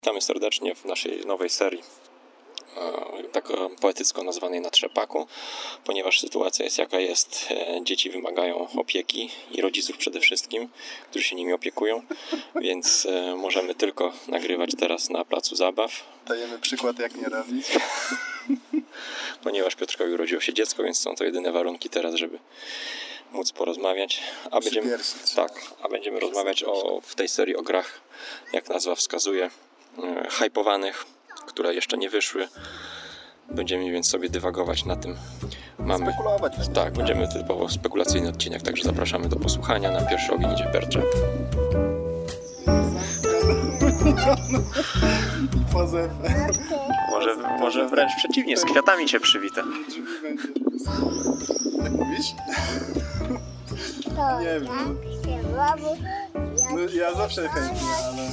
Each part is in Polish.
Witamy serdecznie w naszej nowej serii, tak poetycko nazwanej Na Trzepaku, ponieważ sytuacja jest jaka jest, dzieci wymagają opieki i rodziców przede wszystkim, którzy się nimi opiekują, więc możemy tylko nagrywać teraz na placu zabaw. Dajemy przykład, jak nie robić. Ponieważ Piotrkowi urodziło się dziecko, więc są to jedyne warunki teraz, żeby móc porozmawiać. A będziemy rozmawiać w tej serii o grach, jak nazwa wskazuje, hypowanych, które jeszcze nie wyszły. Będziemy więc sobie dywagować na tym. Spekulować. Tak, będziemy typowo spekulacyjny odcinek, także zapraszamy do posłuchania. Na pierwszy ogień idzie Bear Trap. I pozew. Może wręcz przeciwnie, z kwiatami cię przywita. Tak mówisz? Nie wiem. No, ja zawsze chętnie,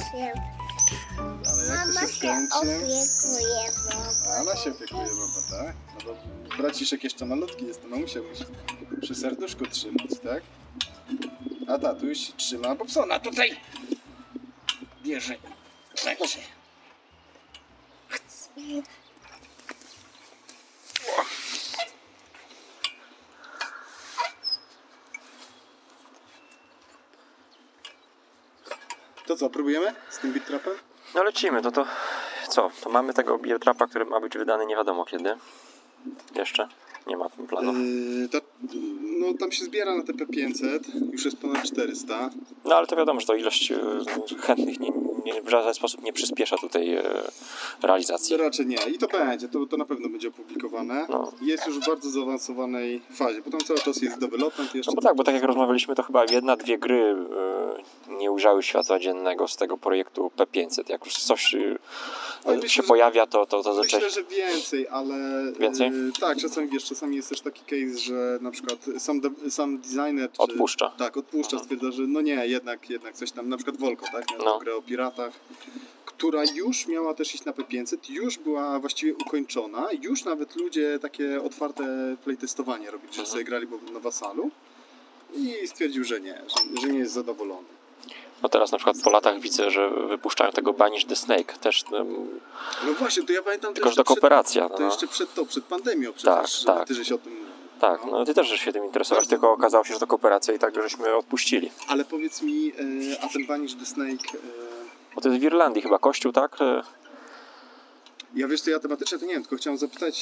ale jak to się skończy? Ona się opiekuje, baba, tak? No bo braciszek jeszcze malutki jest, to mamusia musi przy serduszku trzymać, tak? A tatuś trzyma, bo co ona tutaj bierze rzeczy. To co, próbujemy z tym beat trapem? No lecimy, to co? To mamy tego Bear Trapa, który ma być wydany nie wiadomo kiedy. Jeszcze nie ma tym planu. No tam się zbiera na te P500, już jest ponad 400. No ale to wiadomo, że to ilość chętnych w żaden sposób nie przyspiesza tutaj realizacji. Raczej nie. I to będzie, to na pewno będzie opublikowane. No. Jest już w bardzo zaawansowanej fazie, bo tam cały czas jest development jeszcze. No bo tak jak rozmawialiśmy, to chyba 1-2 gry nie ujrzały światła dziennego z tego projektu P500. Jak już coś się pojawia, to Myślę, że więcej, ale... Więcej? Tak, czasami jest też taki case, że na przykład sam designer... Odpuszcza. Tak, odpuszcza, stwierdza, że no nie, jednak coś tam, na przykład Volko, tak? Miał grę o piratach, która już miała też iść na P500, już była właściwie ukończona, już nawet ludzie takie otwarte playtestowanie robili, że sobie grali na Vasalu i stwierdził, że nie jest zadowolony. No teraz na przykład po latach widzę, że wypuszczają tego Banish the Snake też. No właśnie, to ja pamiętam tylko, że to kooperacja. To jeszcze przed pandemią przecież, tak. Ty żeś o tym mówił. Tak, no ty też się tym interesować, tylko okazało się, że to kooperacja i tak żeśmy odpuścili. Ale powiedz mi, a ten Banish the Snake... Bo to jest w Irlandii chyba kościół, tak? Ja wiesz co, ja tematycznie to nie wiem, tylko chciałem zapytać,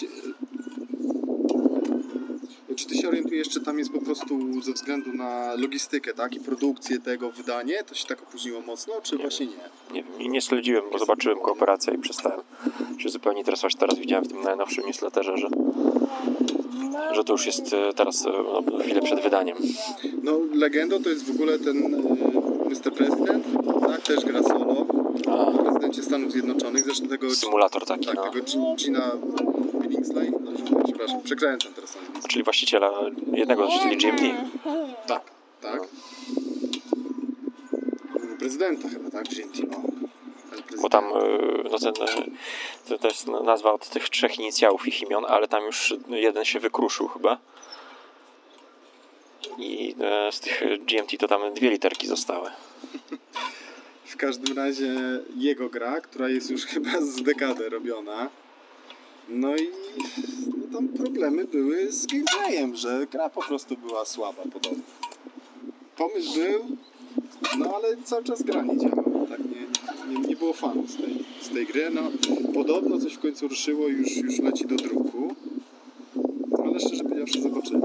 czy ty się orientujesz, czy tam jest po prostu ze względu na logistykę, tak, i produkcję tego, wydanie, to się tak opóźniło mocno, czy właśnie nie? Nie wiem, i nie śledziłem, bo zobaczyłem kooperację i przestałem się zupełnie interesować. Teraz widziałem w tym najnowszym newsletterze, że to już jest teraz chwilę przed wydaniem. No, legendą to jest w ogóle ten Mr. President, tak, też gra solo, w prezydencie Stanów Zjednoczonych, zresztą tego... Symulator taki, tak, tego Gina Billingsley, przepraszam, przekręcam teraz nazwisko. Czyli właściciela, jednego z właścicieli GMT. Tak. Prezydenta chyba, tak? GMT, Bo tam to jest nazwa od tych 3 inicjałów ich imion, ale tam już jeden się wykruszył chyba. I z tych GMT to tam 2 literki zostały. W każdym razie jego gra, która jest już chyba z dekadę robiona. No i tam problemy były z gameplayem, że gra po prostu była słaba podobno. Pomysł był, no ale cały czas gra nie działała. Tak nie było fanów z tej gry. No, podobno coś w końcu ruszyło, już leci do druku. Ale szczerze powiedziawszy zobaczymy.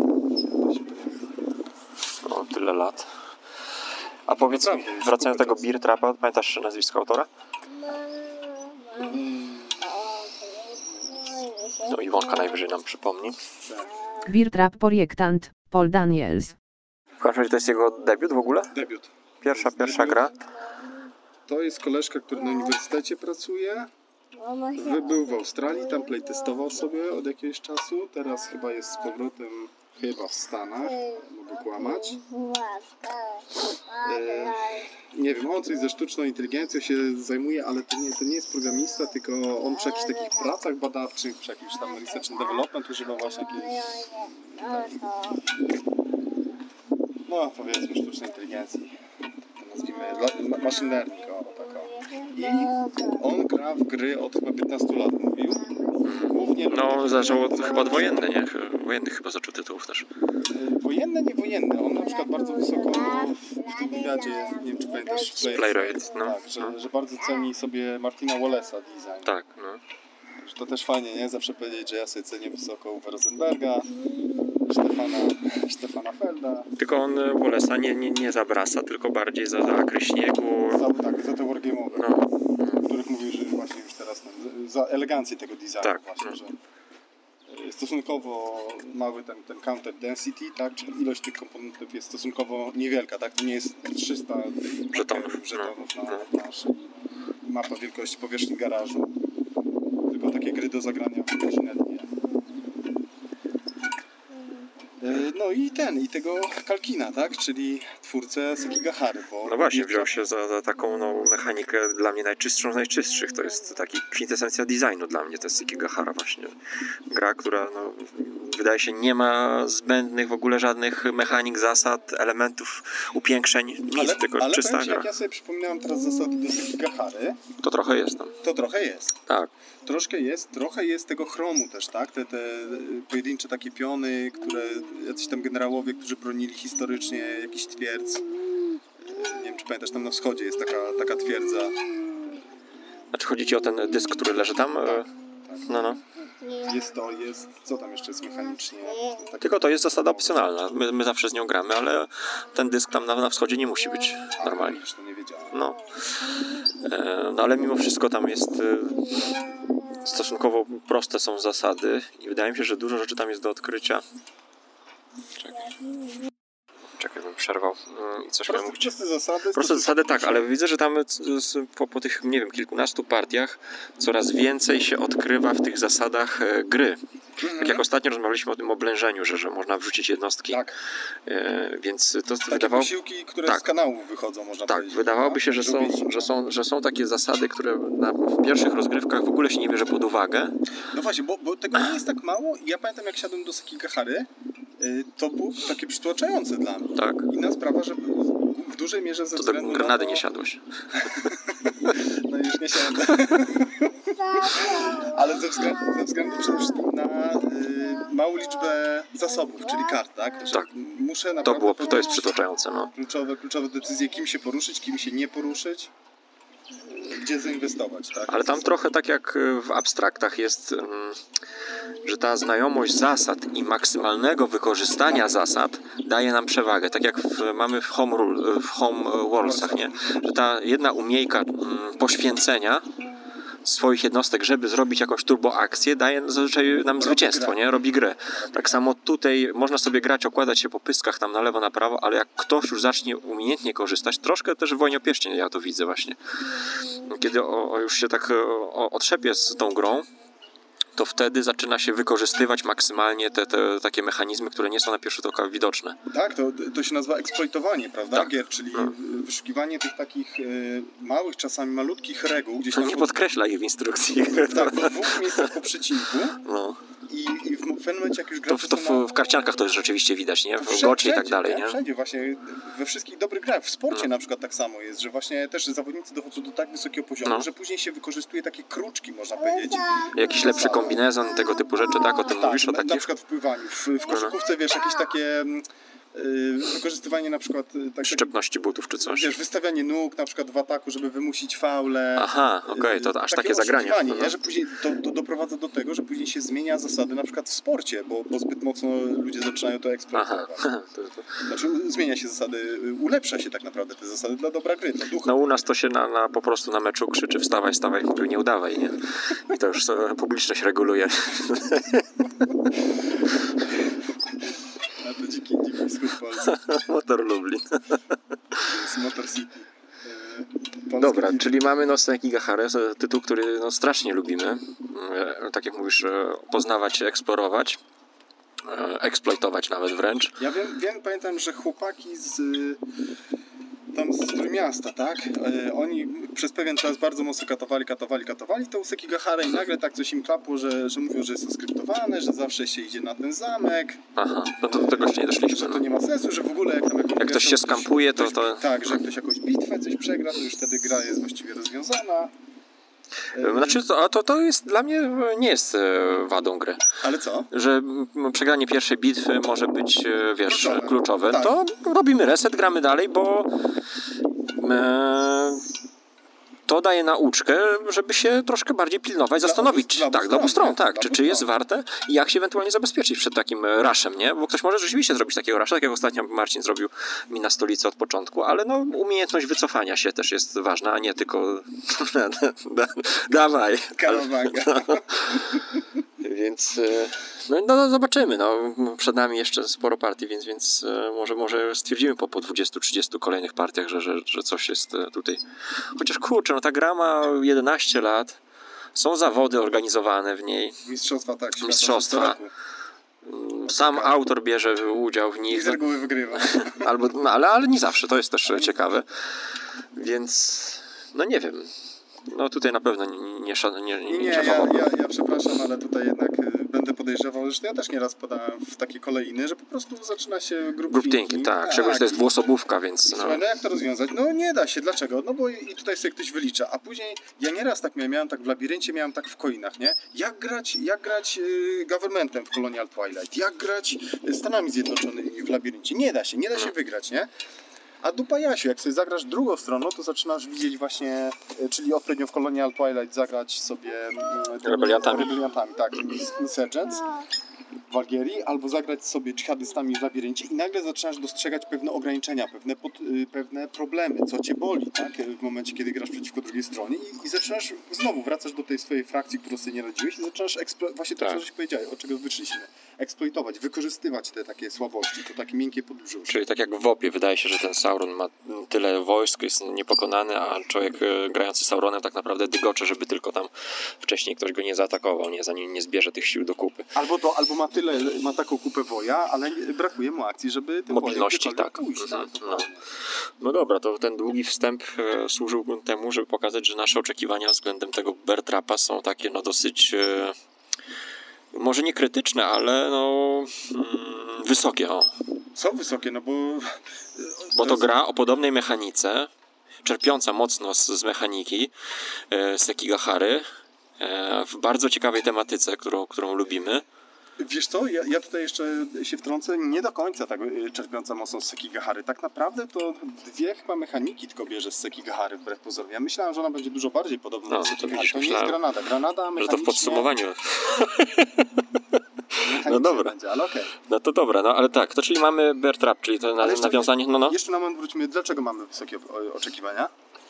No, tyle lat. A powiedz mi, wracając do tego Bear Trapa, pamiętasz nazwisko autora? No Iwonka najwyżej nam przypomni. Bear Trap Projektant, Paul Daniels. W każdym razie to jest jego debiut w ogóle? Debiut. Pierwsza gra? To jest koleżka, który na uniwersytecie pracuje. Był w Australii, tam playtestował sobie od jakiegoś czasu. Teraz chyba jest z powrotem w Stanach. Mogę kłamać. Nie wiem, on coś ze sztuczną inteligencją się zajmuje, ale to nie jest programista, tylko on przy jakichś takich pracach badawczych, przy jakimś tam research and development używa właśnie jakiejś, no powiedzmy, sztucznej inteligencji. To nazwijmy machine learning, I on gra w gry od chyba 15 lat, mówił. Głównie No, zaczął chyba od wojenne, nie? Wojennych chyba zaczął tytułów też. Wojenne, nie wojenne. On na przykład bardzo wysoko w tym wywiadzie, nie wiem czy pamiętasz, Playwright, no. tak, że bardzo ceni sobie Martina Wallace'a design. Tak, no. Że to też fajnie, nie? Zawsze powiedzieć, że ja sobie cenię wysoko Uwe Rosenberga, Stefana Felda. Tylko on Wallace'a nie za brasa, tylko bardziej za akry śniegu. Za te wargame'owe, No, o których mówił, że właśnie już teraz za elegancję tego designu Tak, właśnie, no. że stosunkowo mały ten counter density, tak? Czyli ilość tych komponentów jest stosunkowo niewielka, tak? To nie jest 300 Żetonów, na planszy i mapa wielkości powierzchni garażu, tylko takie gry do zagrania w godzinę, dwie. No i tego Kalkina, tak? Czyli twórcę Sekigahary. no właśnie, wziął się za taką mechanikę dla mnie najczystszą z najczystszych. To jest taki kwintesencja designu dla mnie, to jest Sekigahara właśnie. Gra, która wydaje się nie ma zbędnych w ogóle żadnych mechanik, zasad, elementów, upiększeń, nic, tylko ale czysta powiem ci, gra. jak ja sobie przypomniałem teraz zasady do Sekigahary, To trochę jest tam. to trochę jest. Tak. Trochę jest tego chromu też, tak? Te pojedyncze takie piony, które jacyś tam generałowie, którzy bronili historycznie jakiś twierdz. Nie wiem, czy pamiętasz, tam na wschodzie jest taka twierdza. Znaczy chodzi ci o ten dysk, który leży tam? Tak. No. Jest, co tam jeszcze jest mechanicznie? Tylko to jest zasada opcjonalna. My zawsze z nią gramy, ale ten dysk tam na wschodzie nie musi być normalnie. Zresztą nie wiedziałem. No. No ale mimo wszystko tam jest stosunkowo proste są zasady i wydaje mi się, że dużo rzeczy tam jest do odkrycia. Czekaj, bym przerwał i coś miałem mówić. Proste zasady. Proste zasady tak, ale widzę, że tam po tych, nie wiem, kilkunastu partiach coraz więcej się odkrywa w tych zasadach gry. Tak jak ostatnio rozmawialiśmy o tym oblężeniu, że można wrzucić jednostki. Tak. Więc to Takie wydawało... posiłki, które Tak. z kanałów wychodzą, można Tak, powiedzieć. wydawałoby się, że są takie zasady, które w pierwszych rozgrywkach w ogóle się nie bierze pod uwagę. No właśnie, bo tego nie jest tak mało. Ja pamiętam, jak siadłem do Sekigahary, to było takie przytłaczające dla mnie. Tak. Inna sprawa, że w dużej mierze ze To do względu Granady na nie siadłeś. No już nie siadę. Ale ze względu przede wszystkim na małą liczbę zasobów, czyli kart, tak? Że Tak. Muszę naprawdę To jest przytłaczające, no. kluczowe decyzje, kim się poruszyć, kim się nie poruszyć, gdzie zainwestować, tak? Ale tam trochę tak jak w abstraktach jest, że ta znajomość zasad i maksymalnego wykorzystania zasad daje nam przewagę. Tak jak mamy w Home Worldsach, nie? Że ta jedna umiejka poświęcenia swoich jednostek, żeby zrobić jakąś turboakcję, daje zazwyczaj nam zwycięstwo, nie? Robi grę. Tak samo tutaj można sobie grać, okładać się po pyskach tam na lewo, na prawo, ale jak ktoś już zacznie umiejętnie korzystać, troszkę też w Wojnie o Pierścień ja to widzę właśnie. Kiedy już się tak otrzepie z tą grą, to wtedy zaczyna się wykorzystywać maksymalnie te takie mechanizmy, które nie są na pierwszy rzut oka widoczne. Tak, to się nazywa eksploitowanie, prawda? Tak. Gier, czyli wyszukiwanie tych takich małych, czasami malutkich reguł. Gdzieś tam Nie podkreśla ich w instrukcji. Tak, w dwóch miejscach po przecinku. No. I w pewnym momencie, jak już gracze W karciankach to już rzeczywiście widać, nie? W gocie i tak dalej, nie? Wszędzie właśnie, we wszystkich dobrych grach. W sporcie na przykład tak samo jest, że właśnie też zawodnicy dochodzą do tak wysokiego poziomu, że później się wykorzystuje takie kruczki, można powiedzieć. Jakiś lepszy kombinezon, tego typu rzeczy, tak? O tym mówisz, o na takich? przykład w pływaniu. W koszykówce, wiesz, jakieś takie wykorzystywanie na przykład Przyczepności butów czy coś. Wiesz, wystawianie nóg na przykład w ataku, żeby wymusić faule. Aha, okej, to aż takie zagrania. Nie? Że później to doprowadza do tego, że później się zmienia zasady na przykład w sporcie, bo zbyt mocno ludzie zaczynają to eksploatować. Znaczy zmienia się zasady, ulepsza się tak naprawdę te zasady dla dobra gry, dla ducha. No u nas to się po prostu na meczu krzyczy wstawaj, nie udawaj, nie? I to już publiczność reguluje. A to dziki wschód Polski. Motor Lublin. Z Motor City. Dobra, czyli mamy Sekigahara, tytuł, który strasznie lubimy. Tak jak mówisz, poznawać, eksplorować, eksploitować nawet wręcz. Ja pamiętam, że chłopaki z Trójmiasta, tak? Oni przez pewien czas bardzo mocno katowali tą Sekigahara i nagle tak coś im klapło, że mówią, że jest to skryptowane, że zawsze się idzie na ten zamek, Aha, no to do tego jeszcze nie doszliśmy. że No. to nie ma sensu, że w ogóle jak tam Jak ktoś się skampuje, to... Tak, że jak ktoś jakąś bitwę, coś przegra, to już wtedy gra jest właściwie rozwiązana. Znaczy, to jest dla mnie nie jest wadą gry. Ale co? Że przegranie pierwszej bitwy może być, wiesz, kluczowe. Tak. To robimy reset, gramy dalej, bo to daje nauczkę, żeby się troszkę bardziej pilnować, zastanowić. Dla obu stron, tak. Czy jest warte i jak się ewentualnie zabezpieczyć przed takim rushem, nie? Bo ktoś może rzeczywiście zrobić takiego rusha, tak jak ostatnio Marcin zrobił mi na stolicy od początku, ale no umiejętność wycofania się też jest ważna, a nie tylko dawaj. Karawaga. Więc no zobaczymy. No, przed nami jeszcze sporo partii, więc może stwierdzimy po 20-30 kolejnych partiach, że coś jest tutaj. Chociaż kurczę, no ta gra ma 11 lat. Są zawody organizowane w niej. Mistrzostwa, tak. Świata, Mistrzostwa. Sam autor bierze udział w I nich. z reguły wygrywa. Albo, no, ale nie zawsze, to jest też ciekawe. Więc no nie wiem. No tutaj na pewno nie szafowałbym. Ja przepraszam, ale tutaj jednak będę podejrzewał, że ja też nieraz podałem w takie kolejny, że po prostu zaczyna się group thinking, tak. Szczególnie, że to jest dwuosobówka, więc... Słuchaj, no jak to rozwiązać? No nie da się. Dlaczego? No bo i tutaj sobie ktoś wylicza. A później, ja nieraz tak miałem tak w Labiryncie, miałem tak w Coinach, nie? Jak grać governmentem w Colonial Twilight? Jak grać Stanami Zjednoczonymi w Labiryncie? Nie da się wygrać, nie? A dupa Jasiu, jak sobie zagrasz drugą stroną, to zaczynasz widzieć właśnie, czyli odpowiednio w Colonial Twilight zagrać sobie Rebeliantami, tak, Insurgents w Algierii, albo zagrać sobie dżihadystami w Labiryncie i nagle zaczynasz dostrzegać pewne ograniczenia, pewne problemy, co cię boli, tak, w momencie, kiedy grasz przeciwko drugiej stronie i zaczynasz, znowu wracasz do tej swojej frakcji, którą sobie nie radziłeś i zaczynasz właśnie to, co żeś powiedziałeś, od czego wyszliśmy, eksploitować, wykorzystywać te takie słabości, to takie miękkie podbrzusze. Czyli tak jak w WoP-ie, wydaje się, że ten Sauron ma tyle wojsk, jest niepokonany, a człowiek grający Sauronem tak naprawdę dygocze, żeby tylko tam wcześniej ktoś go nie zaatakował, zanim nie zbierze tych sił do kupy. Albo ma taką kupę woja, ale brakuje mu akcji, żeby ten mobilności, tak. Pójść, No dobra, to ten długi wstęp służył temu, żeby pokazać, że nasze oczekiwania względem tego Bear Trapa są takie dosyć może nie krytyczne, ale wysokie. Są wysokie, no bo to gra o podobnej mechanice, czerpiąca mocno z mechaniki Sekigahary, w bardzo ciekawej tematyce, którą lubimy. Wiesz co, ja tutaj jeszcze się wtrącę, nie do końca tak czerpiąca mocno z Sekigahary. Tak naprawdę to dwie chyba mechaniki tylko bierze z Sekigahary wbrew pozorom. Ja myślałem, że ona będzie dużo bardziej podobna do Sekigahary. To nie jest Granada. Granada mechanicznie... Że to w podsumowaniu. No dobra. Będzie, ale okej. No to dobra, ale tak, to czyli mamy Bear Trap, czyli to nawiązanie... Jeszcze na moment wróćmy, dlaczego mamy wysokie oczekiwania?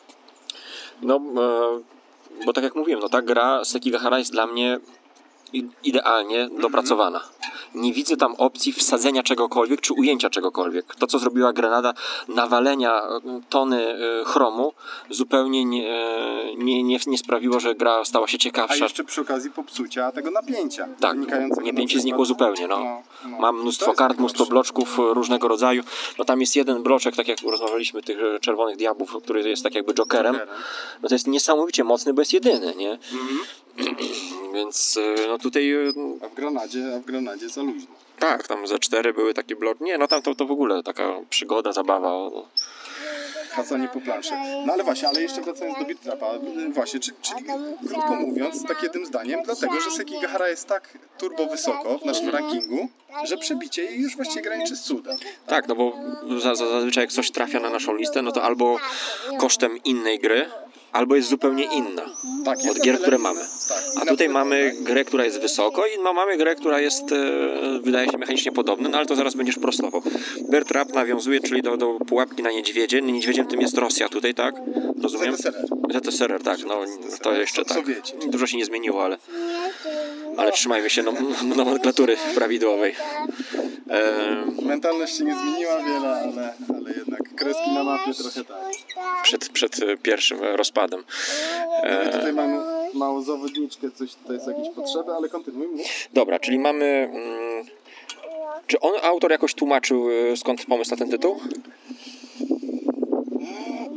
Bo tak jak mówiłem, ta gra Sekigahara jest dla mnie idealnie dopracowana. Nie widzę tam opcji wsadzenia czegokolwiek, czy ujęcia czegokolwiek. To, co zrobiła Granada, nawalenia tony chromu, zupełnie nie sprawiło, że gra stała się ciekawsza. A jeszcze przy okazji popsucia tego napięcia. Tak, napięcie znikło zupełnie. Mam mnóstwo kart, mnóstwo bloczków różnego rodzaju. Tam jest jeden bloczek, tak jak rozmawialiśmy, tych czerwonych diabłów, który jest tak jakby jokerem. To jest niesamowicie mocny, bo jest jedyny, nie? Więc tutaj... A w Granadzie za luźno. Tak, tam ze 4 były takie bloki. Nie, tam to w ogóle taka przygoda, zabawa. Chadzenie po planszy. No ale właśnie, ale jeszcze wracając do Bear Trapa, właśnie, czyli krótko mówiąc, tak jednym zdaniem, dlatego, że Sekigahara jest tak turbo wysoko w naszym rankingu, że przebicie jej już właściwie graniczy z cudem. Tak, bo zazwyczaj jak coś trafia na naszą listę, to albo kosztem innej gry, albo jest zupełnie inna od gier, które mamy. A tutaj mamy grę, która jest wysoko i mamy grę, która jest, wydaje się, mechanicznie podobna, ale to zaraz będziesz prostował. Bear Trap nawiązuje, czyli do pułapki na niedźwiedzie. Niedźwiedziem tym jest Rosja tutaj, tak? Rozumiem? ZSRR, tak. To jeszcze tak. Dużo się nie zmieniło, ale trzymajmy się nomenklatury prawidłowej. Mentalność się nie zmieniła wiele, ale jednak kreski na mapie trochę tak. Przed pierwszym rozpadem. Tutaj mamy małą zawodniczkę, coś tutaj są jakieś potrzeby, ale kontynuujmy. Dobra, czyli mamy... Czy autor jakoś tłumaczył, skąd pomysł na ten tytuł? O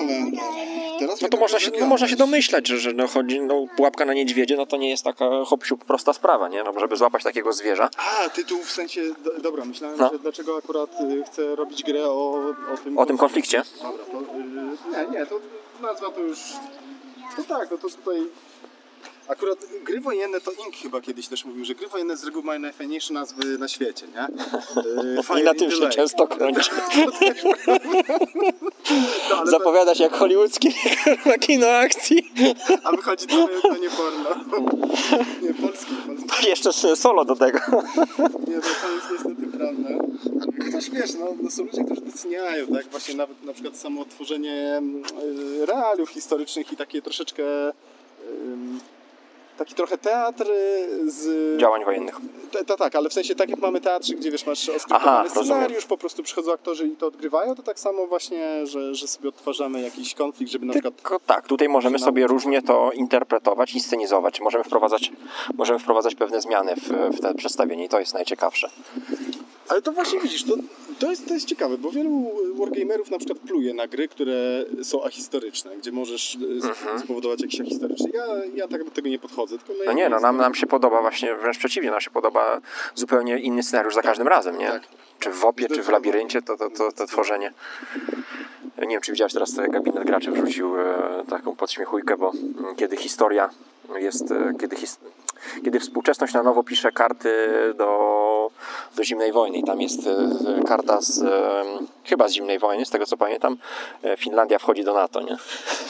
Teraz No to można się domyślać, że no chodzi, no pułapka na niedźwiedzie, no to nie jest taka hop-siup prosta sprawa, nie? No, żeby złapać takiego zwierza. A, tytuł w sensie, dobra, myślałem, No. że dlaczego akurat chcę robić grę o tym... O tym konflikcie. Dobra, to nie, to nazwa to już... To tak, no to tutaj... Akurat gry wojenne to Ink chyba kiedyś też mówił, że gry wojenne z reguły mają najfajniejsze nazwy na świecie, nie? I na tym się Delay. często kończy. No, ale Zapowiada się jak hollywoodzkie kino akcji. A wychodzi to nie porno. Nie, polski. Jeszcze solo do tego. Nie, to jest niestety prawda. Chociaż wiesz, no są ludzie, którzy doceniają, tak? Właśnie nawet na przykład samo tworzenie realiów historycznych i takie troszeczkę... Taki trochę teatr z... Działań wojennych. Tak, ale w sensie tak jak mamy teatr, gdzie wiesz, masz oskryptowany scenariusz, rozumiem. po prostu przychodzą aktorzy i to odgrywają, to tak samo właśnie, że sobie odtwarzamy jakiś konflikt, żeby na przykład... Tylko tak, tutaj możemy sobie różnie to interpretować i scenizować. Możemy wprowadzać pewne zmiany w te przedstawienie i to jest najciekawsze. Ale to właśnie widzisz, to jest ciekawe, bo wielu wargamerów na przykład pluje na gry, które są ahistoryczne, gdzie możesz spowodować jakiś ahistoryczny. Ja tak do tego nie podchodzę. Tylko No nie, no nam się podoba właśnie, wręcz przeciwnie, nam się podoba zupełnie inny scenariusz za każdym razem, nie? Tak. Czy w WOP-ie, czy w Labiryncie to tworzenie. Nie wiem, czy widziałeś teraz, gabinet graczy wrzucił taką podśmiechujkę, bo kiedy historia jest, kiedy współczesność na nowo pisze karty do zimnej wojny i tam jest karta chyba z zimnej wojny, z tego co pamiętam, Finlandia wchodzi do NATO, nie?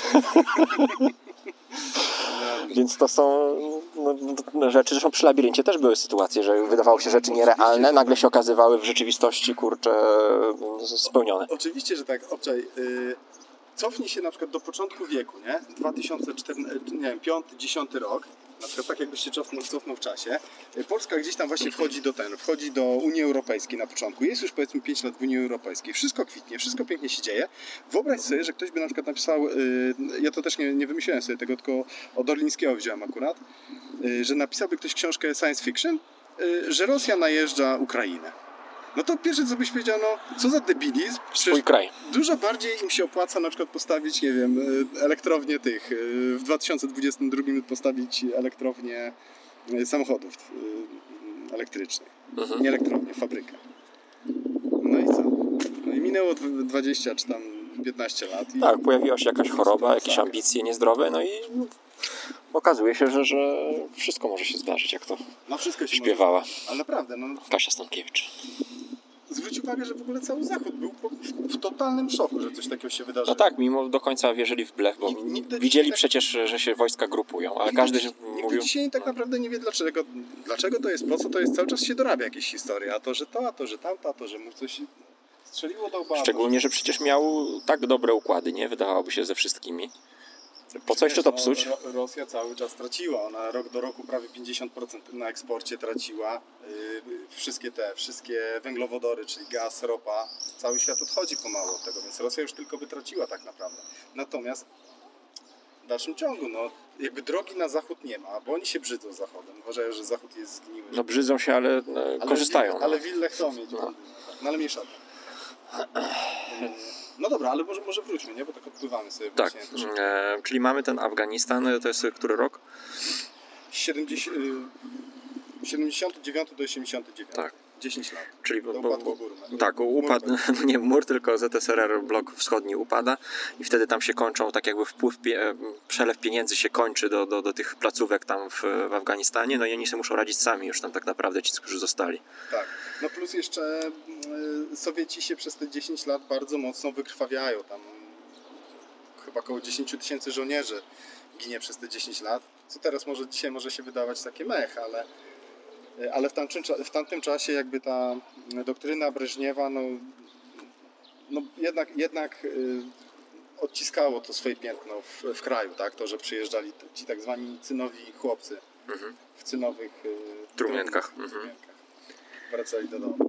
Więc to są rzeczy, zresztą przy Labiryncie też były sytuacje, że wydawało się rzeczy nierealne, nagle się okazywały w rzeczywistości, spełnione. Oczywiście, że tak. Obczaj, cofnij się na przykład do początku wieku, nie? 2014, nie wiem, 5-10 rok. Na przykład tak jakbyś się cofnął w czasie. Polska gdzieś tam właśnie wchodzi do Unii Europejskiej na początku. Jest już powiedzmy 5 lat w Unii Europejskiej. Wszystko kwitnie, wszystko pięknie się dzieje. Wyobraź sobie, że ktoś by na przykład napisał, ja to też nie wymyśliłem sobie tego, tylko od Orlińskiego wziąłem akurat, że napisałby ktoś książkę science fiction, że Rosja najeżdża Ukrainę. No to pierwsze co byś powiedział, no co za debilizm. Swój kraj. Dużo bardziej im się opłaca na przykład postawić, nie wiem, elektrownię w 2022 postawić elektrownię samochodów elektrycznych. Nie elektrownię, fabrykę. No i co? No i minęło 20 czy tam 15 lat. I... Tak, pojawiła się jakaś choroba, jakieś ambicje niezdrowe, no i okazuje się, że wszystko może się zdarzyć, jak to No wszystko się śpiewała Ale naprawdę, no Kasia Stankiewicz. zwróć uwagę, że w ogóle cały Zachód był w totalnym szoku, że coś takiego się wydarzyło. No tak, mimo do końca wierzyli w blef, bo Nigdy widzieli tak- przecież, że się wojska grupują, ale Nigdy każdy dziś- nigdy mówił... dzisiaj tak naprawdę nie wie dlaczego to jest, po co to jest, cały czas się dorabia jakieś historie, a to, że tamto, a to, że mu coś strzeliło do łba. Szczególnie, że przecież miał tak dobre układy, nie? Wydawałoby się ze wszystkimi. Po co jeszcze to psuć? Rosja cały czas traciła, ona rok do roku prawie 50% na eksporcie traciła. Wszystkie węglowodory, czyli gaz, ropa, cały świat odchodzi pomału od tego, więc Rosja już tylko by traciła tak naprawdę. Natomiast w dalszym ciągu, no jakby drogi na zachód nie ma, bo oni się brzydzą zachodem, uważają, że zachód jest zgniły. No brzydzą się, ale korzystają. Ale wille chcą mieć. No ale mniejsza. No dobra, ale może wróćmy, nie? Bo tak odpływamy sobie Tak, właśnie. Też czyli mamy ten Afganistan, to jest który rok? 79 do 89. Tak. 10 lat. Czyli To upadło gór. tak, upadł, nie mur, tylko ZSRR, blok wschodni upada i wtedy tam się kończą, tak jakby przelew pieniędzy się kończy do tych placówek tam w Afganistanie, no i oni sobie muszą radzić sami już tam tak naprawdę, ci, którzy zostali. Tak. No plus jeszcze Sowieci się przez te 10 lat bardzo mocno wykrwawiają. Tam chyba około 10 000 żołnierzy ginie przez te 10 lat, co teraz dzisiaj może się wydawać takie mech, ale w tamtym czasie jakby ta doktryna Breżniewa jednak odciskało to swoje piętno w kraju, tak? To, że przyjeżdżali ci tak zwani cynowi chłopcy w cynowych Trumienkach. Wracali do domu.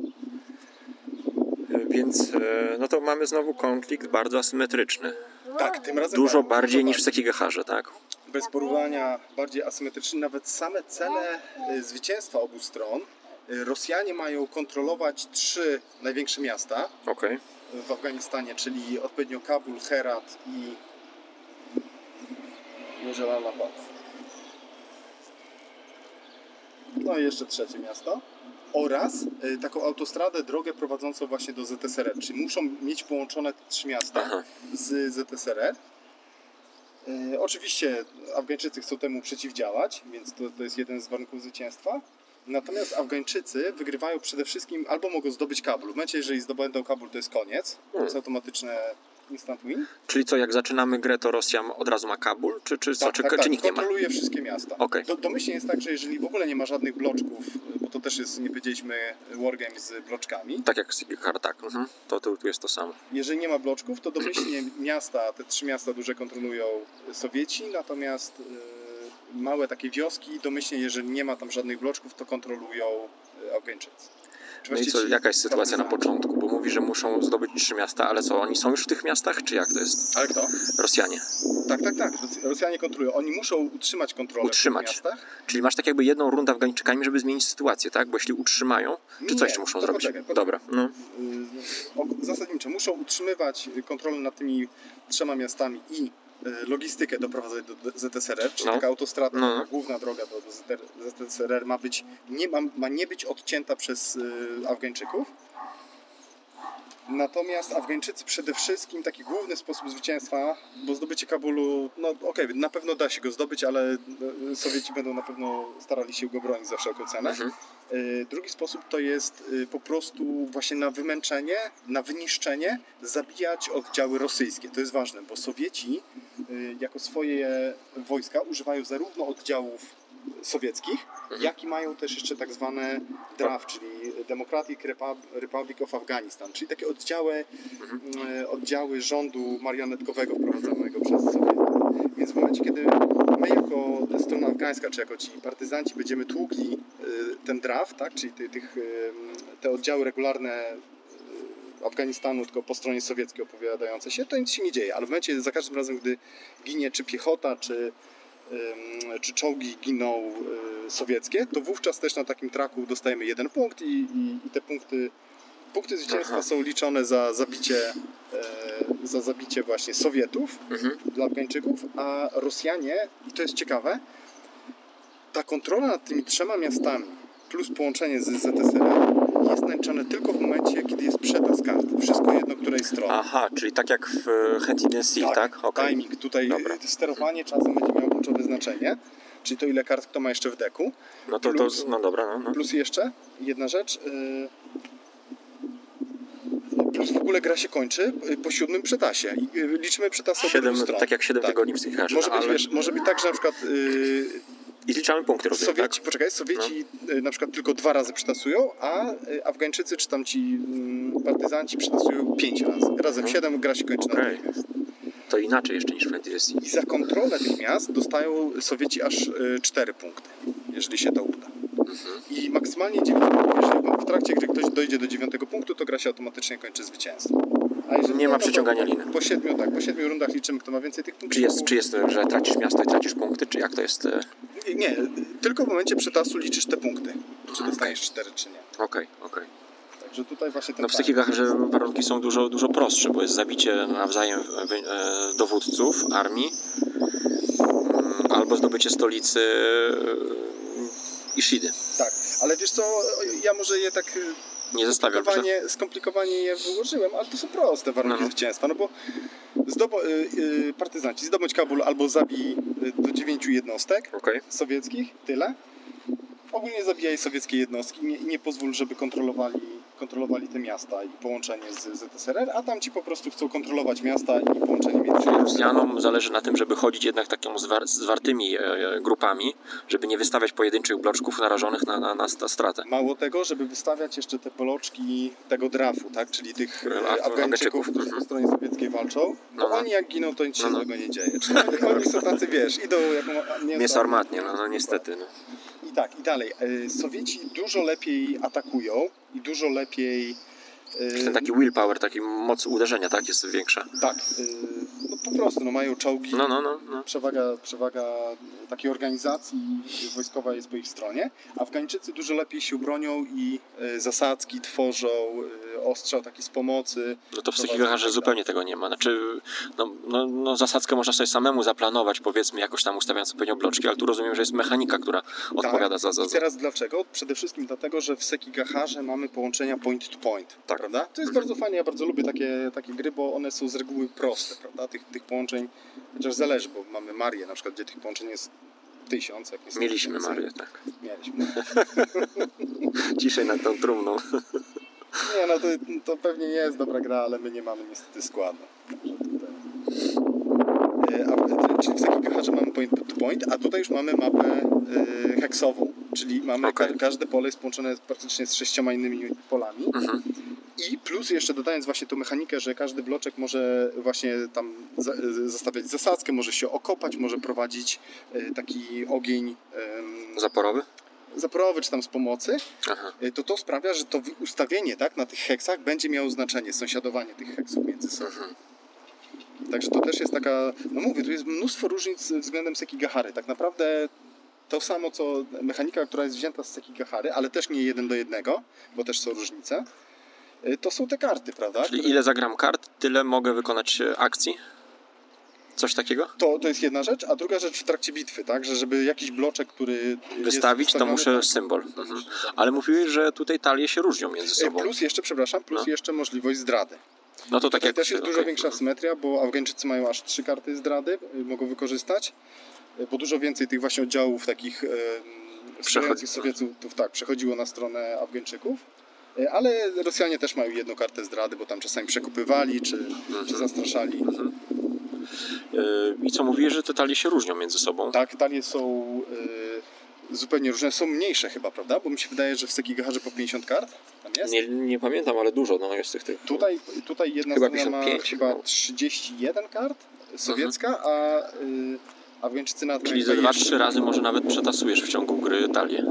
Więc no to mamy znowu konflikt bardzo asymetryczny. Tak, tym razem Dużo bardziej niż w Sekigaharze, tak? Bez porównania bardziej asymetryczny, nawet same cele zwycięstwa obu stron. Rosjanie mają kontrolować 3 największe miasta Okej. w Afganistanie, czyli odpowiednio Kabul, Herat i Niedziela napad. No i jeszcze trzecie miasto. Oraz taką autostradę, drogę prowadzącą właśnie do ZSRR. Czyli muszą mieć połączone te 3 miasta Aha. z ZSRR. Oczywiście Afgańczycy chcą temu przeciwdziałać, więc to jest jeden z warunków zwycięstwa. Natomiast Afgańczycy wygrywają przede wszystkim, albo mogą zdobyć Kabul. W momencie, jeżeli zdobędą Kabul, to jest koniec. To jest automatyczne instant win. Czyli co, jak zaczynamy grę, to Rosja od razu ma Kabul? Czy co? Czy nikt nie ma? Kontroluje wszystkie miasta. Okej. Domyślnie jest tak, że jeżeli w ogóle nie ma żadnych bloczków, bo to też jest, nie powiedzieliśmy, wargame z bloczkami. Tak jak Sigikar, tak. To tu jest to samo. Jeżeli nie ma bloczków, to domyślnie miasta, te 3 miasta duże kontrolują Sowieci, natomiast małe takie wioski, domyślnie jeżeli nie ma tam żadnych bloczków, to kontrolują Afgańczycy. No i co, jaka jest sytuacja na początku? Bo mówi, że muszą zdobyć 3 miasta, ale co, oni są już w tych miastach, czy jak to jest? Ale kto? Rosjanie. Tak. Rosjanie kontrolują. Oni muszą utrzymać kontrolę w tych miastach. Czyli masz tak jakby jedną rundę Afgańczykami, żeby zmienić sytuację, tak? Bo jeśli utrzymają, czy co jeszcze muszą zrobić? Poczekaj. Dobra. No. Zasadniczo muszą utrzymywać kontrolę nad tymi 3 miastami i logistykę doprowadzać do ZSRR, czyli taka autostrada, główna droga do ZSRR ma nie być odcięta przez Afgańczyków. Natomiast Afgańczycy przede wszystkim, taki główny sposób zwycięstwa, bo zdobycie Kabulu, na pewno da się go zdobyć, ale Sowieci będą na pewno starali się go bronić za wszelką cenę. Drugi sposób to jest po prostu właśnie na wymęczenie, na wyniszczenie, zabijać oddziały rosyjskie. To jest ważne, bo Sowieci jako swoje wojska używają zarówno oddziałów sowieckich, jak i mają też jeszcze tak zwane DRAF, czyli Democratic Republic of Afghanistan, czyli takie oddziały rządu marionetkowego wprowadzonego przez Sowietów. Więc w momencie, kiedy my jako strona afgańska, czy jako ci partyzanci będziemy tłukli ten DRAF, tak, czyli te oddziały regularne Afganistanu, tylko po stronie sowieckiej opowiadające się, to nic się nie dzieje, ale w momencie, za każdym razem, gdy ginie czy piechota, czy czołgi giną sowieckie, to wówczas też na takim traku dostajemy 1 punkt i te punkty zwycięstwa są liczone za zabicie właśnie Sowietów dla Afgańczyków, a Rosjanie, i to jest ciekawe, ta kontrola nad tymi 3 miastami plus połączenie z ZSRR jest naliczane tylko w momencie, kiedy jest przetas kart. Wszystko jedno, której strony. Aha, czyli tak jak w Hidden Sea, tak? Okay. Timing. Tutaj sterowanie czasem będzie miało kluczowe znaczenie. Czyli to, ile kart kto ma jeszcze w deku. Plus jeszcze jedna rzecz. Plus w ogóle gra się kończy po 7 przetasie. I liczymy przetasy obydwu stron. Tak jak 7 tygodni w Sycharze. Może być tak, że na przykład i zliczamy punkty, rozumiem, Sowieci na przykład tylko 2 razy przetasują, a Afgańczycy czy tam ci partyzanci przetasują 5 razy. Razem 7, gra się kończy natychmiast. To inaczej jeszcze niż w Hidden Sea. I za kontrolę tych miast dostają Sowieci aż 4 punkty, jeżeli się to uda. I maksymalnie 9 punktów. Jeżeli w trakcie gry ktoś dojdzie do 9 punktu, to gra się automatycznie kończy zwycięstwo. A jeżeli nie ma przeciągania liny. Po 7 rundach liczymy, kto ma więcej tych punktów. Czy jest, że tracisz miasto i tracisz punkty, czy jak to jest? Nie, tylko w momencie przetasu liczysz te punkty. Czy dostaniesz 4, czy nie. Okej. Także tutaj właśnie ten w takich że warunki są dużo prostsze, bo jest zabicie nawzajem dowódców armii, albo zdobycie stolicy Ishidy. Tak, ale wiesz co, ja może je tak nie zestawiam, skomplikowanie je wyłożyłem, ale to są proste warunki zwycięstwa, no bo partyzanci zdobądź Kabul albo zabij do 9 jednostek sowieckich, tyle. Ogólnie zabijaj sowieckie jednostki i nie pozwól, żeby kontrolowali te miasta i połączenie z ZSRR, a tam ci po prostu chcą kontrolować miasta i połączenie między nimi. Rosjanom zależy na tym, żeby chodzić jednak taką zwartymi grupami, żeby nie wystawiać pojedynczych bloczków narażonych na stratę. Mało tego, żeby wystawiać jeszcze te bloczki tego DRAF-u, tak? Czyli tych Afgańczyków, którzy po stronie sowieckiej walczą. Oni jak giną, to nic się złego nie dzieje. Czyli oni są tacy, idą jak mięso armatnie, niestety. I dalej. Sowieci dużo lepiej atakują i dużo lepiej Ten taki willpower, taki moc uderzenia, tak, jest większa. Tak, no po prostu, no mają czołgi. No. Przewaga takiej organizacji wojskowa jest po ich stronie. Afgańczycy dużo lepiej się bronią i zasadzki tworzą, ostrzał taki z pomocy. No to w takich gacharze zupełnie tego nie ma. Znaczy, no zasadzkę można sobie samemu zaplanować, powiedzmy, jakoś tam ustawiając odpowiednio bloczki, ale tu rozumiem, że jest mechanika, która odpowiada za... I teraz dlaczego? Przede wszystkim dlatego, że w Sekigacharze mamy połączenia point to point, Tak. prawda? To jest bardzo fajne, ja bardzo lubię takie gry, bo one są z reguły proste, prawda? Tych połączeń, chociaż zależy, bo mamy Marię na przykład, gdzie tych połączeń jest 1000. Jak niestety Mieliśmy więcej. Marię, tak. Mieliśmy. Ciszej nad tą trumną. Nie, no to pewnie nie jest dobra gra, ale my nie mamy niestety składu. Czyli w Sekigacharze mamy point to point, a tutaj już mamy mapę heksową, czyli mamy każde pole jest połączone praktycznie z 6 innymi polami. I plus jeszcze dodając właśnie tą mechanikę, że każdy bloczek może właśnie tam zastawiać zasadzkę, może się okopać, może prowadzić taki ogień zaporowy czy tam z pomocy, to sprawia, że to ustawienie tak, na tych heksach będzie miało znaczenie, sąsiadowanie tych heksów między sobą. Także to też jest taka, no mówię, tu jest mnóstwo różnic względem Sekigahary. Tak naprawdę to samo co mechanika, która jest wzięta z Sekigahary, ale też nie 1 do 1, bo też są różnice. To są te karty, prawda? Czyli ile zagram kart, tyle mogę wykonać akcji? Coś takiego? To jest jedna rzecz, a druga rzecz w trakcie bitwy, tak? Że żeby jakiś bloczek, który wystawić, to muszę symbol. Ale mówiłeś, że tutaj talie się różnią między sobą. Plus jeszcze możliwość zdrady. No to tak jak też jest dużo większa symetria, bo Afgańczycy mają aż 3 karty zdrady, mogą wykorzystać, bo dużo więcej tych właśnie oddziałów takich wspierających Sowietów przechodziło na stronę Afgańczyków. Ale Rosjanie też mają 1 kartę zdrady, bo tam czasami przekupywali, czy zastraszali. I co mówisz, że te talie się różnią między sobą? Tak, talie są zupełnie różne. Są mniejsze chyba, prawda? Bo mi się wydaje, że w Sekigacharze po 50 kart tam jest. Nie pamiętam, ale dużo jest tych. Tutaj jedna chyba strona ma 55, chyba 31 kart sowiecka, a Afgańczycy na Czyli ze 2-3 razy może nawet przetasujesz w ciągu gry talię.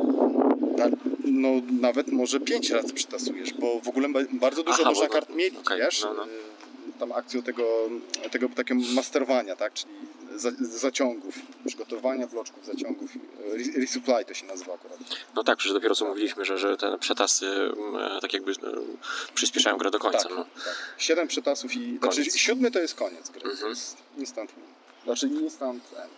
No nawet może 5 razy przetasujesz, bo w ogóle bardzo dużo można kart mieć, wiesz? Tam akcją tego takiego masterowania, tak? Czyli zaciągów, przygotowania bloczków, zaciągów, resupply to się nazywa akurat. No tak, przecież dopiero co mówiliśmy, że te przetasy tak jakby przyspieszają grę do końca. Tak, tak. 7 przetasów i... Znaczy 7 to jest koniec gry, to jest instant win. Znaczy instant end.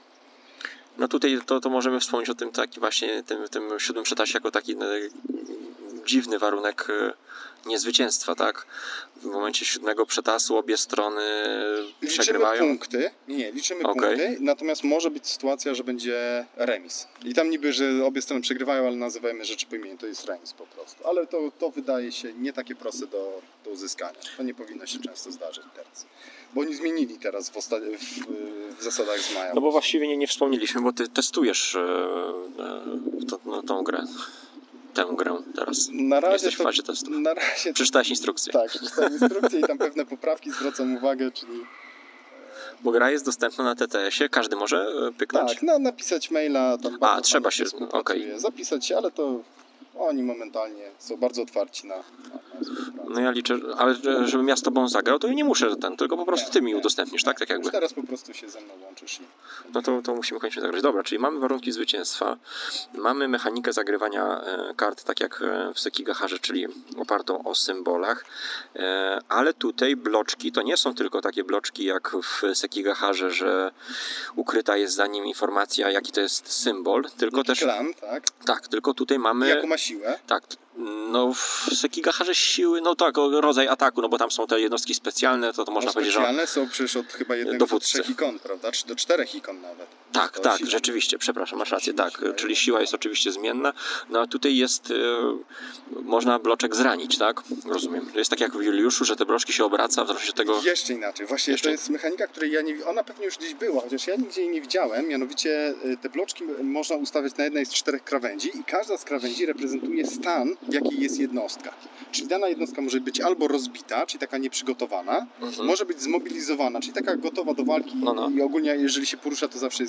No tutaj to możemy wspomnieć o tym taki właśnie, tym 7 przetasie jako taki dziwny warunek niezwycięstwa, tak? W momencie 7 przetasu obie strony przegrywają. Liczymy punkty, natomiast może być sytuacja, że będzie remis. I tam niby, że obie strony przegrywają, ale nazywajmy rzeczy po imieniu, to jest remis po prostu. Ale to wydaje się nie takie proste do uzyskania. To nie powinno się często zdarzyć teraz. Bo oni zmienili teraz w zasadach z maja. No bo właściwie nie wspomnieliśmy, bo ty testujesz tą grę. Tę grę teraz. Na razie jesteś w fazie testu. Przeczytałeś instrukcję. Tak, przeczytałem instrukcję i tam pewne poprawki zwracam uwagę, czyli... Bo gra jest dostępna na TTS-ie, każdy może pyknąć? Tak, napisać maila. Tam trzeba się, zapisać się, ale to oni momentalnie są bardzo otwarci na No ja liczę, ale żebym ja z tobą zagrał, to nie muszę tylko po prostu ty mi udostępnisz, tak? Tak jakby. Już teraz po prostu się ze mną łączysz. No to musimy koniecznie zagrać. Dobra, czyli mamy warunki zwycięstwa, mamy mechanikę zagrywania kart, tak jak w Sekigacharze, czyli opartą o symbolach, ale tutaj bloczki to nie są tylko takie bloczki jak w Sekigacharze, że ukryta jest za nim informacja, jaki to jest symbol, tylko też... Klan, tak? Tak, tylko tutaj mamy... Jaką ma siłę? Tak, no w Sekigacharze siły, no tak, rodzaj ataku, no bo tam są te jednostki specjalne, to można powiedzieć, że... Specjalne są przecież od chyba 1 do 3 ikon, prawda? Czy do 4 ikon nawet. Tak, rzeczywiście, przepraszam, masz rację, czyli siła jest oczywiście zmienna, no a tutaj jest, można bloczek zranić, tak? Rozumiem. Jest tak jak w Juliuszu, że te bloczki się obraca w zależności od tego... Jeszcze inaczej, właśnie to jest mechanika, której ja nie... Ona pewnie już gdzieś była, chociaż ja nigdzie jej nie widziałem, mianowicie te bloczki można ustawiać na jednej z 4 krawędzi i każda z krawędzi reprezentuje stan, w jakiej jest jednostka. Czyli dana jednostka może być albo rozbita, czyli taka nieprzygotowana, może być zmobilizowana, czyli taka gotowa do walki i ogólnie jeżeli się porusza, to zawsze jest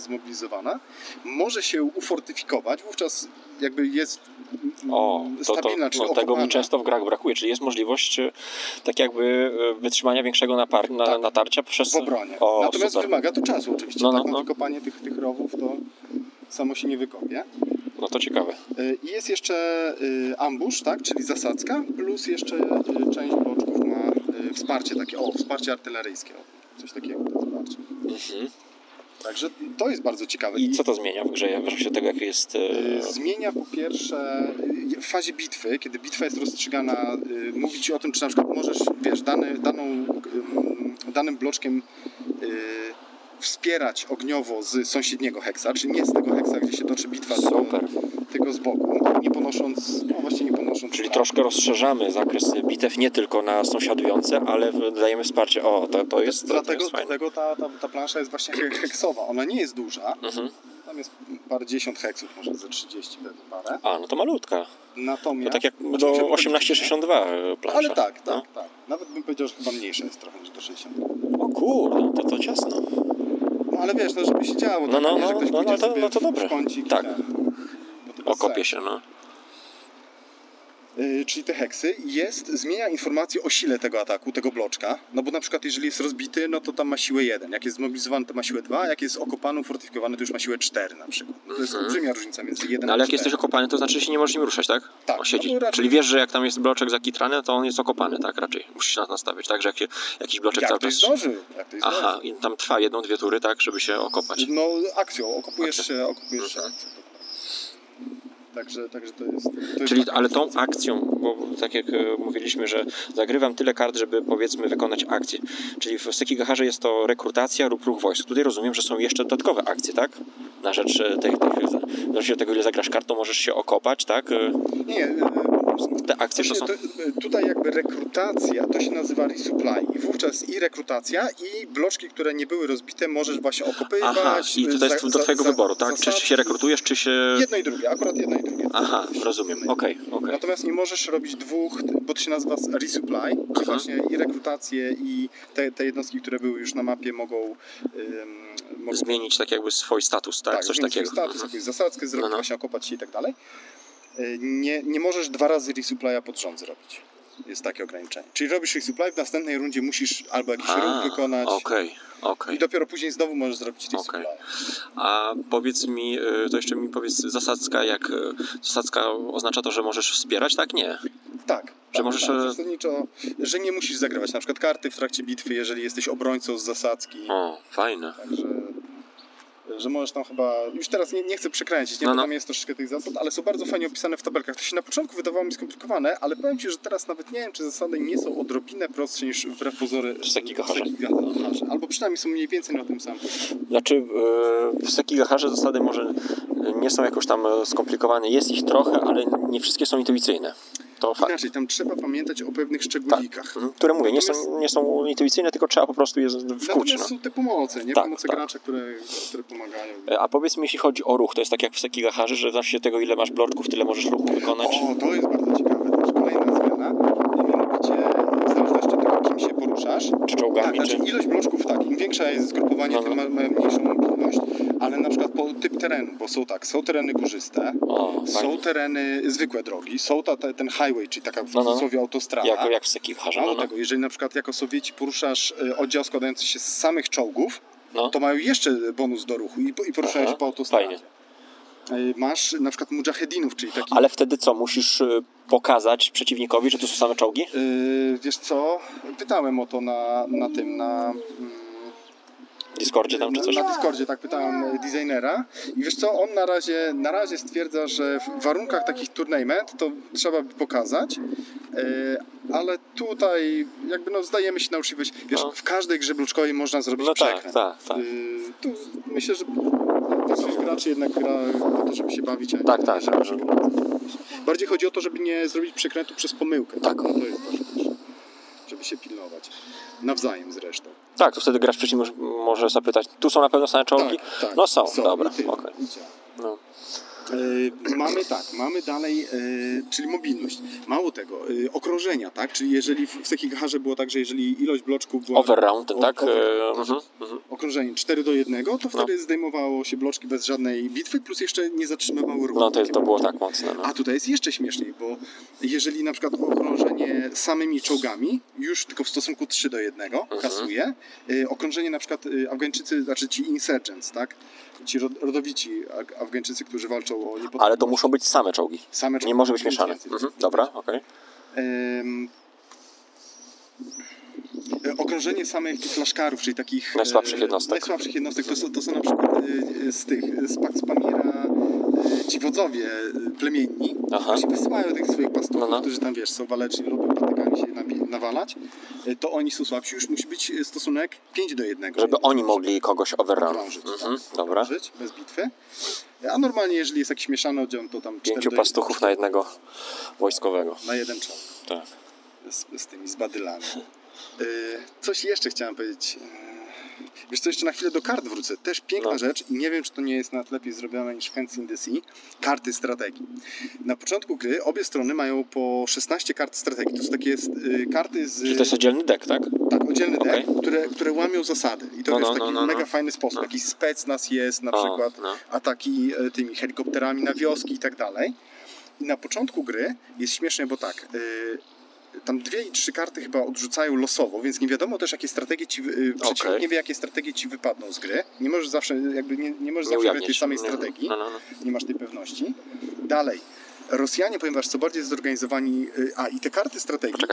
zmobilizowana, może się ufortyfikować, wówczas jakby jest Tego stabilna, czyli mi okopana. często w grach brakuje, czyli jest możliwość tak jakby wytrzymania większego natarcia przez... w obronie. O, Natomiast super. wymaga to czasu oczywiście. No, no, Taką no. wykopanie tych rowów to samo się nie wykopie. No to ciekawe. I jest jeszcze ambush, tak, czyli zasadzka, plus jeszcze część bloczków ma wsparcie takie, wsparcie artyleryjskie, coś takiego to wsparcie. Mhm. Także to jest bardzo ciekawe. I co to zmienia w grze, w razie tego, jak jest... Zmienia po pierwsze w fazie bitwy, kiedy bitwa jest rozstrzygana, mówi ci o tym, czy na przykład możesz, wiesz, danym bloczkiem wspierać ogniowo z sąsiedniego heksa, czy nie z tego heksa, gdzie się toczy bitwa, Super. tylko z boku, nie ponosząc. Czyli strat. troszkę rozszerzamy zakres bitew nie tylko na sąsiadujące, ale dajemy wsparcie. O, to jest Dlatego fajne. ta plansza jest właśnie heksowa. Ona nie jest duża. Mhm. Tam jest parędziesiąt heksów, może ze 30 pewnie parę. A, no to malutka. To Natomiast... tak jak do oczywiście 1862 plansza. Ale tak. No. Nawet bym powiedział, że chyba mniejsza jest trochę niż do 60. O kurde, to ciasno. No ale wiesz, żeby się działo. No, tak, nie, że ktoś pójdzie sobie to dobre. w kącik Tak. i ten. Bo to bez Okopie sensu. się, no. Czyli te heksy, zmienia informację o sile tego ataku, tego bloczka, no bo na przykład jeżeli jest rozbity, no to tam ma siłę 1, jak jest zmobilizowany to ma siłę 2, jak jest okopany, fortyfikowany to już ma siłę 4 na przykład. To jest olbrzymia różnica między 1 No a ale jak 4. jesteś okopany, to znaczy, że się nie możesz nim ruszać, tak? Tak, O, siedzieć. no bo raczej- Czyli wiesz, że jak tam jest bloczek zakitrany, to on jest okopany, tak? Raczej. Musisz się na to nastawić, tak? Że jak jakiś bloczek Jak cały ktoś czas... zdąży, jak ktoś zdąży. Aha, i tam trwa 1-2 tury, tak? Żeby się okopać. No akcją, okupujesz Akcja. się akcją. Także to jest... Czyli, taka ale tą różnica. akcją, bo tak jak mówiliśmy, że zagrywam tyle kart, żeby powiedzmy wykonać akcję. Czyli w Sekigaharze jest to rekrutacja lub ruch wojsk. Tutaj rozumiem, że są jeszcze dodatkowe akcje, tak? Na rzecz zależy od tego, ile zagrasz kart, to możesz się okopać, tak? Nie, Te akcje to są... tutaj jakby rekrutacja to się nazywa resupply i wówczas i rekrutacja i bloczki, które nie były rozbite możesz właśnie okopywać. Aha, i tutaj jest do twojego wyboru, tak? Czy zasadzki. się rekrutujesz, czy się... Jedno i drugie, akurat jedno i drugie. Aha, rozumiem, okej. Natomiast nie możesz robić dwóch, bo to się nazywa resupply, czyli właśnie i rekrutację i te jednostki, które były już na mapie mogą Zmienić tak jakby swój status, tak? Coś zmienić swój takiego. status, jakąś zasadzkę zrobić, No. właśnie okopać się i tak dalej. Nie możesz 2 razy resupply'a pod rząd zrobić. Jest takie ograniczenie. Czyli robisz resupply, w następnej rundzie musisz albo jakiś ruch wykonać Okej. i dopiero później znowu możesz zrobić resupply. A powiedz mi, to jeszcze mi powiedz, zasadzka, zasadzka oznacza to, że możesz wspierać, tak? Nie. Tak. Że możesz... Zasadniczo, że nie musisz zagrywać na przykład karty w trakcie bitwy, jeżeli jesteś obrońcą z zasadzki. O, fajne. Także, że możesz tam chyba... Już teraz nie chcę przekręcić, bo tam jest troszeczkę tych zasad, ale są bardzo fajnie opisane w tabelkach. To się na początku wydawało mi skomplikowane, ale powiem Ci, że teraz nawet nie wiem, czy zasady nie są odrobinę prostsze niż wbrew pozory W Sekigaharze. Albo przynajmniej są mniej więcej na tym samym poziomie. Znaczy w Sekigaharze zasady może nie są jakoś tam skomplikowane. Jest ich trochę, ale nie wszystkie są intuicyjne. To fakt. Inaczej, tam trzeba pamiętać o pewnych szczególikach. Które mówię, nie są intuicyjne, tylko trzeba po prostu je wkuć. Natomiast są te pomoce, nie? Tak, Pomoce tak. gracza, które pomagają. A powiedz mi, jeśli chodzi o ruch, to jest tak jak w Sekigaharze, że znaczy tego, ile masz bloczków, tyle możesz ruchu wykonać? O, to jest bardzo ciekawe. Też kolejna zmiana. Mianowicie, w zależności od tego, kim się poruszasz. Czy czołgami, Tak, znaczy ilość bloczków, tak. Im większa jest zgrupowanie, No. tym ma mniejszą mobilność. Ale na przykład typ terenu, bo są tereny górzyste, są fajnie. tereny zwykłe drogi, są ten highway, czyli taka w No. cudzysłowie autostrada. Jak w Sekigaharze. Mało tego, jeżeli na przykład jako Sowieci poruszasz oddział składający się z samych czołgów, to mają jeszcze bonus do ruchu i poruszają się po autostradzie. Fajnie. Masz na przykład mujahedinów, czyli taki... Ale wtedy co? Musisz pokazać przeciwnikowi, że to są same czołgi? Wiesz co? Pytałem o to na Discordzie tam czy coś? Na Discordzie, tak, pytałem designera i wiesz co, on na razie stwierdza, że w warunkach takich tournament to trzeba by pokazać, ale tutaj jakby zdajemy się na uczciwość, wiesz, w każdej grze bloczkowej można zrobić przekręt. Tak. Tu myślę, że większość graczy jednak gra po to, żeby się bawić, a nie Tak. bardziej chodzi o to, żeby nie zrobić przekrętu przez pomyłkę. Tak. No, to jest ważne, żeby się pilnować. Nawzajem zresztą. Tak, to wtedy gracz przeciwny może zapytać, tu są na pewno same czołgi? Tak, No są, i dobra, tyle. okej. No. Mamy dalej, czyli mobilność. Mało tego, okrążenia, tak? Czyli jeżeli w Sekigaharze było tak, że jeżeli ilość bloczków była... Overround, ten, tak? Okrążenie 4:1, to wtedy zdejmowało się bloczki bez żadnej bitwy, plus jeszcze nie zatrzymywały ruchu. No to było tak mocne. No. A tutaj jest jeszcze śmieszniej, bo jeżeli na przykład okrążenie samymi czołgami już tylko w stosunku 3:1 kasuje, okrążenie na przykład Afgańczycy, znaczy ci insurgents, tak? Ci rodowici Afgańczycy, którzy walczą o niepodległość. Ale to muszą być same czołgi. Same czołgi. Nie może być mieszane. Dobra, okej. Okrążenie samych tych laszkarów, czyli takich Najsłabszych jednostek. To są na przykład z Pax Pamira ci wodzowie plemienni, którzy wysyłają tych swoich pastuchów, którzy tam, wiesz, są waleczni, lubią patykami się nawalać, to oni są słabsi, już musi być stosunek 5:1. Żeby oni mogli kogoś overrun. Dobra. Okrążyć bez bitwy. A normalnie, jeżeli jest jakiś mieszany oddział, to tam 5 pastuchów na jednego wojskowego. Na jeden czołg. Tak. Z badylami. Coś jeszcze chciałem powiedzieć. Wiesz co, jeszcze na chwilę do kart wrócę. Też piękna rzecz i nie wiem, czy to nie jest nawet lepiej zrobione niż Hands in the Sea. Karty strategii. Na początku gry obie strony mają po 16 kart strategii. To są takie karty z... Czyli to jest oddzielny deck, tak? Tak, oddzielny deck, które łamią zasady. I to jest taki mega fajny sposób. Jakiś specnaz jest, na przykład ataki tymi helikopterami na wioski i tak dalej. I na początku gry jest śmiesznie, bo tak... Tam 2 i 3 karty chyba odrzucają losowo, więc nie wiadomo też, jakie strategie przeciwnik nie wie, jakie strategie ci wypadną z gry. Nie możesz zawsze nie możesz zawsze grać tej samej strategii. Nie masz tej pewności. Dalej. Rosjanie, ponieważ są bardziej zorganizowani... i te karty strategii... Poczekaj.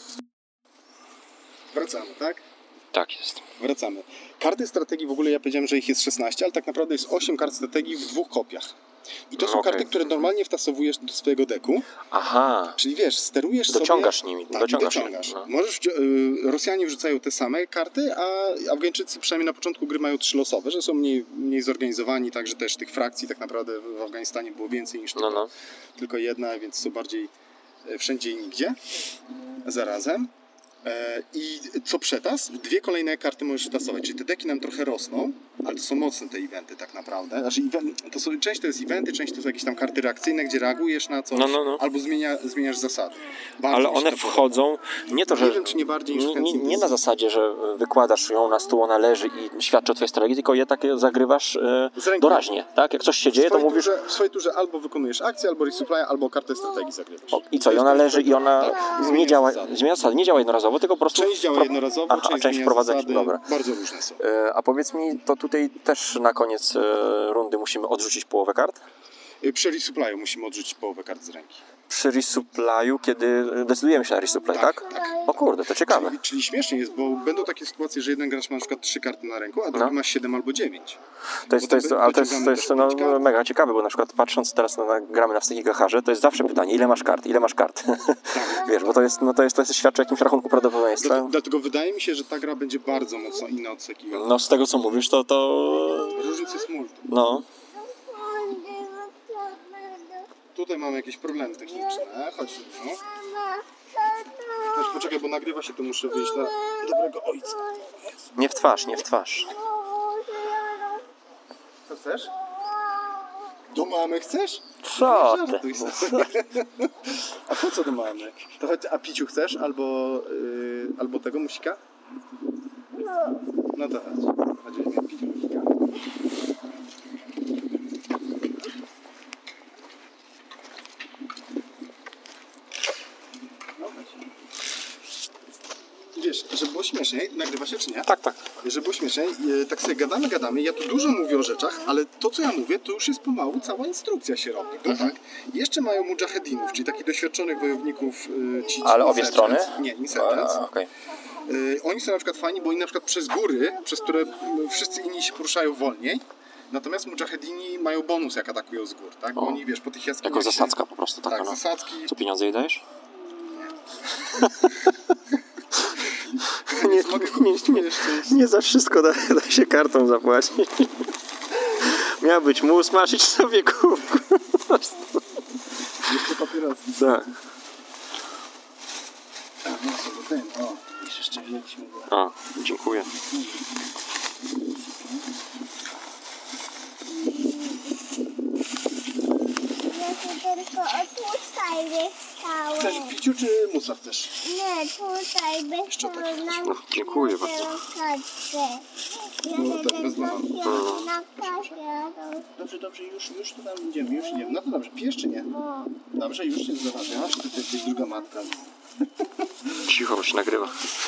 Wracamy, tak? Tak jest. Wracamy. Karty strategii w ogóle ja powiedziałem, że ich jest 16, ale tak naprawdę jest 8 kart strategii w 2 kopiach. I to są karty, które normalnie wtasowujesz do swojego deku. Aha. Czyli wiesz, sterujesz dociągasz sobie... nimi. Tak, dociągasz. Możesz, Rosjanie wrzucają te same karty, a Afgańczycy przynajmniej na początku gry mają 3 losowe, że są mniej zorganizowani, także też tych frakcji tak naprawdę w Afganistanie było więcej niż tylko jedna, więc są bardziej wszędzie i nigdzie. Zarazem. I co przetas, 2 kolejne karty możesz wtasować, czyli te deki nam trochę rosną, ale to są mocne te eventy tak naprawdę. Znaczy, część to jest eventy, część to są jakieś tam karty reakcyjne, gdzie reagujesz na coś, albo zmieniasz zasady. Bardzo ale one wchodzą, nie to, że nie wiem, czy nie bardziej niż nie na zasadzie, że wykładasz ją na stół, ona leży i świadczy o twojej strategii, tylko je takie zagrywasz doraźnie, tak? Jak coś się dzieje, to mówisz... W swojej turze albo wykonujesz akcję, albo resupply, albo kartę strategii zagrywasz. I co? I ona leży i ona nie działa, zmienia zasady, nie działa jednorazowo, tylko po prostu... Część działa jednorazowo, część wprowadza zasady, dobra. Bardzo różne są. A powiedz mi, to tutaj też na koniec rundy musimy odrzucić połowę kart? Przy resupply'u musimy odrzucić połowę kart z ręki. Przy resupply'u, kiedy decydujemy się na resupply, tak? O kurde, to ciekawe. Czyli śmiesznie jest, bo będą takie sytuacje, że jeden gracz ma na przykład 3 karty na ręku, a drugi ma 7 albo 9. To jest mega ciekawe, bo na przykład patrząc teraz gramy na Sekigaharze, to jest zawsze pytanie, ile masz kart? Tak. Wiesz, bo to świadczy o jakimś rachunku prawdopodobieństwa. Dlatego wydaje mi się, że ta gra będzie bardzo mocno inna od Sekigaha. No z tego co mówisz, to... Różnic jest multum. No. Tutaj mamy jakieś problemy techniczne. Chodź, no. Chodź, poczekaj, bo nagrywa się, to muszę wyjść na dobrego ojca. Nie w twarz, nie w twarz. Co chcesz? Do mamy chcesz? Co ty? Żartuj sobie. A po co do mamy? To chodź, a piciu chcesz? Albo tego musika? No to chodź. Chodź, weźmiemy piciu musika. Wiesz, żeby było śmieszniej, nagrywa się czy nie? Tak. Żeby było śmieszniej, tak sobie gadamy, ja tu dużo mówię o rzeczach, ale to co ja mówię, to już jest pomału cała instrukcja się robi, bo tak? Jeszcze mają mujahedinów, czyli takich doświadczonych wojowników ale obie strony? Nie, insurgents. Okay. Oni są na przykład fajni, bo oni na przykład przez góry, przez które wszyscy inni się poruszają wolniej, natomiast mujahedini mają bonus jak atakują z gór, tak? Bo oni, wiesz, po tych jaskiniach... Jako zasadzka po prostu, tak? Tak, zasadzki... Co, pieniądze jej dajesz? Nie za wszystko da się kartą zapłacić. Miał być mus, smażyć sobie kubku. Jeszcze papieroski. Tak. O, jeszcze wzięliśmy go. O, dziękuję. To tutaj wystało. Chcesz piciu czy musa chcesz? Nie, tutaj wystało nam Dziękuję bardzo. No, tak, bez bananu. Na kasie. Dobrze, już to tam idziemy, No to dobrze, pijesz czy nie? Dobrze, już się zauważyłaś, ty jesteś druga matka. Cicho, bo się nagrywa.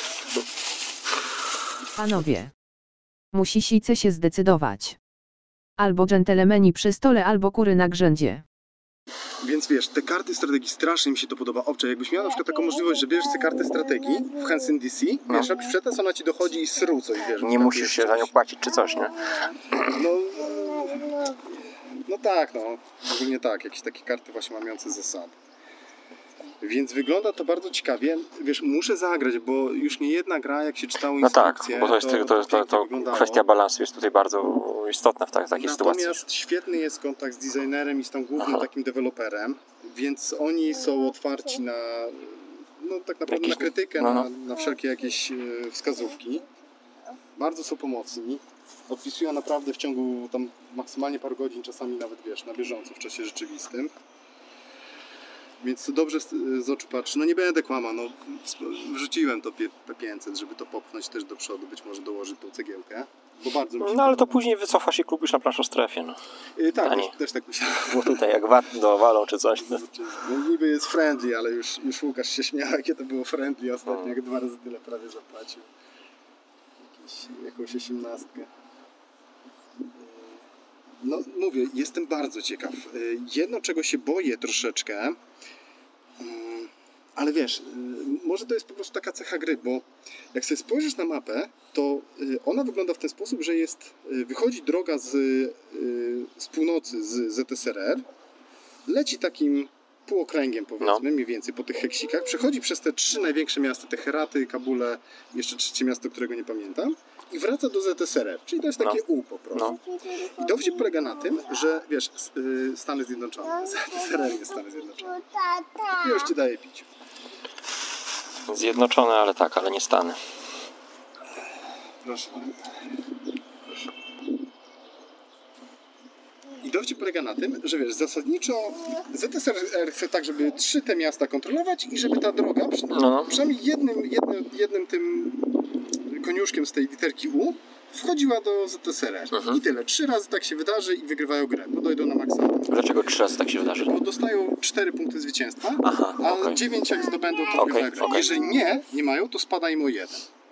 Panowie. Musisice się zdecydować. Albo dżentelmeni przy stole, albo kury na grzędzie. Więc wiesz, te karty strategii, strasznie mi się to podoba. Obczaj, jakbyś miał na przykład taką możliwość, że bierzesz sobie kartę strategii w Hansen DC, wiesz, robisz przetest, ona ci dochodzi i sru coś, wiesz. Nie tak musisz jest się coś. za nią płacić czy coś, nie? No tak, ogólnie tak, jakieś takie karty właśnie mające zasady. Więc wygląda to bardzo ciekawie. Wiesz, muszę zagrać, bo już nie jedna gra, jak się czytało No tak, instrukcje, bo to jest pięknie wyglądało. kwestia balansu jest tutaj bardzo istotna w takiej sytuacji. Natomiast świetny jest kontakt z designerem i z tam głównym takim deweloperem, więc oni są otwarci na, no tak naprawdę na krytykę, na wszelkie jakieś wskazówki. Bardzo są pomocni. Odpisują naprawdę w ciągu tam maksymalnie paru godzin, czasami nawet wiesz, na bieżąco w czasie rzeczywistym. Więc to dobrze z oczu patrzy. No nie będę kłamał, wrzuciłem to P500, żeby to popchnąć też do przodu, być może dołożyć tą cegiełkę, bo bardzo mi się No ale to podoba. później wycofasz i kupisz na planszą strefie, no. Tak, Taniej. też tak myślałem. Bo tutaj jak VAT dowalą czy coś, no. No niby jest friendly, ale już Łukasz się śmiał, jakie to było friendly ostatnio, jak 2 razy tyle prawie zapłacił. Jakąś 18. No mówię, jestem bardzo ciekaw. Jedno, czego się boję troszeczkę, ale wiesz, może to jest po prostu taka cecha gry, bo jak sobie spojrzysz na mapę, to ona wygląda w ten sposób, że wychodzi droga z północy, z ZSRR, leci takim półokręgiem, powiedzmy, mniej więcej po tych heksikach, przechodzi przez te 3 największe miasta, te Heraty, Kabule, jeszcze trzecie miasto, którego nie pamiętam, i wraca do ZSRR, czyli to jest takie U po prostu. I dowcip polega na tym, że wiesz, Stany Zjednoczone, ZSRR jest Stany Zjednoczone. Już ci daję pić. Zjednoczone, ale nie Stany. Proszę. I dowcip polega na tym, że wiesz, zasadniczo ZSRR chce tak, żeby 3 te miasta kontrolować i żeby ta droga, przynajmniej jednym tym koniuszkiem z tej literki U wchodziła do ZSRR. I tyle. 3 razy tak się wydarzy i wygrywają grę, bo dojdą na maksa. Dlaczego 3 razy tak się wydarzy? Bo dostają 4 punkty zwycięstwa, a okej. 9 jak zdobędą, to wygrywają grę. okej. Jeżeli nie mają, to spada im o 1.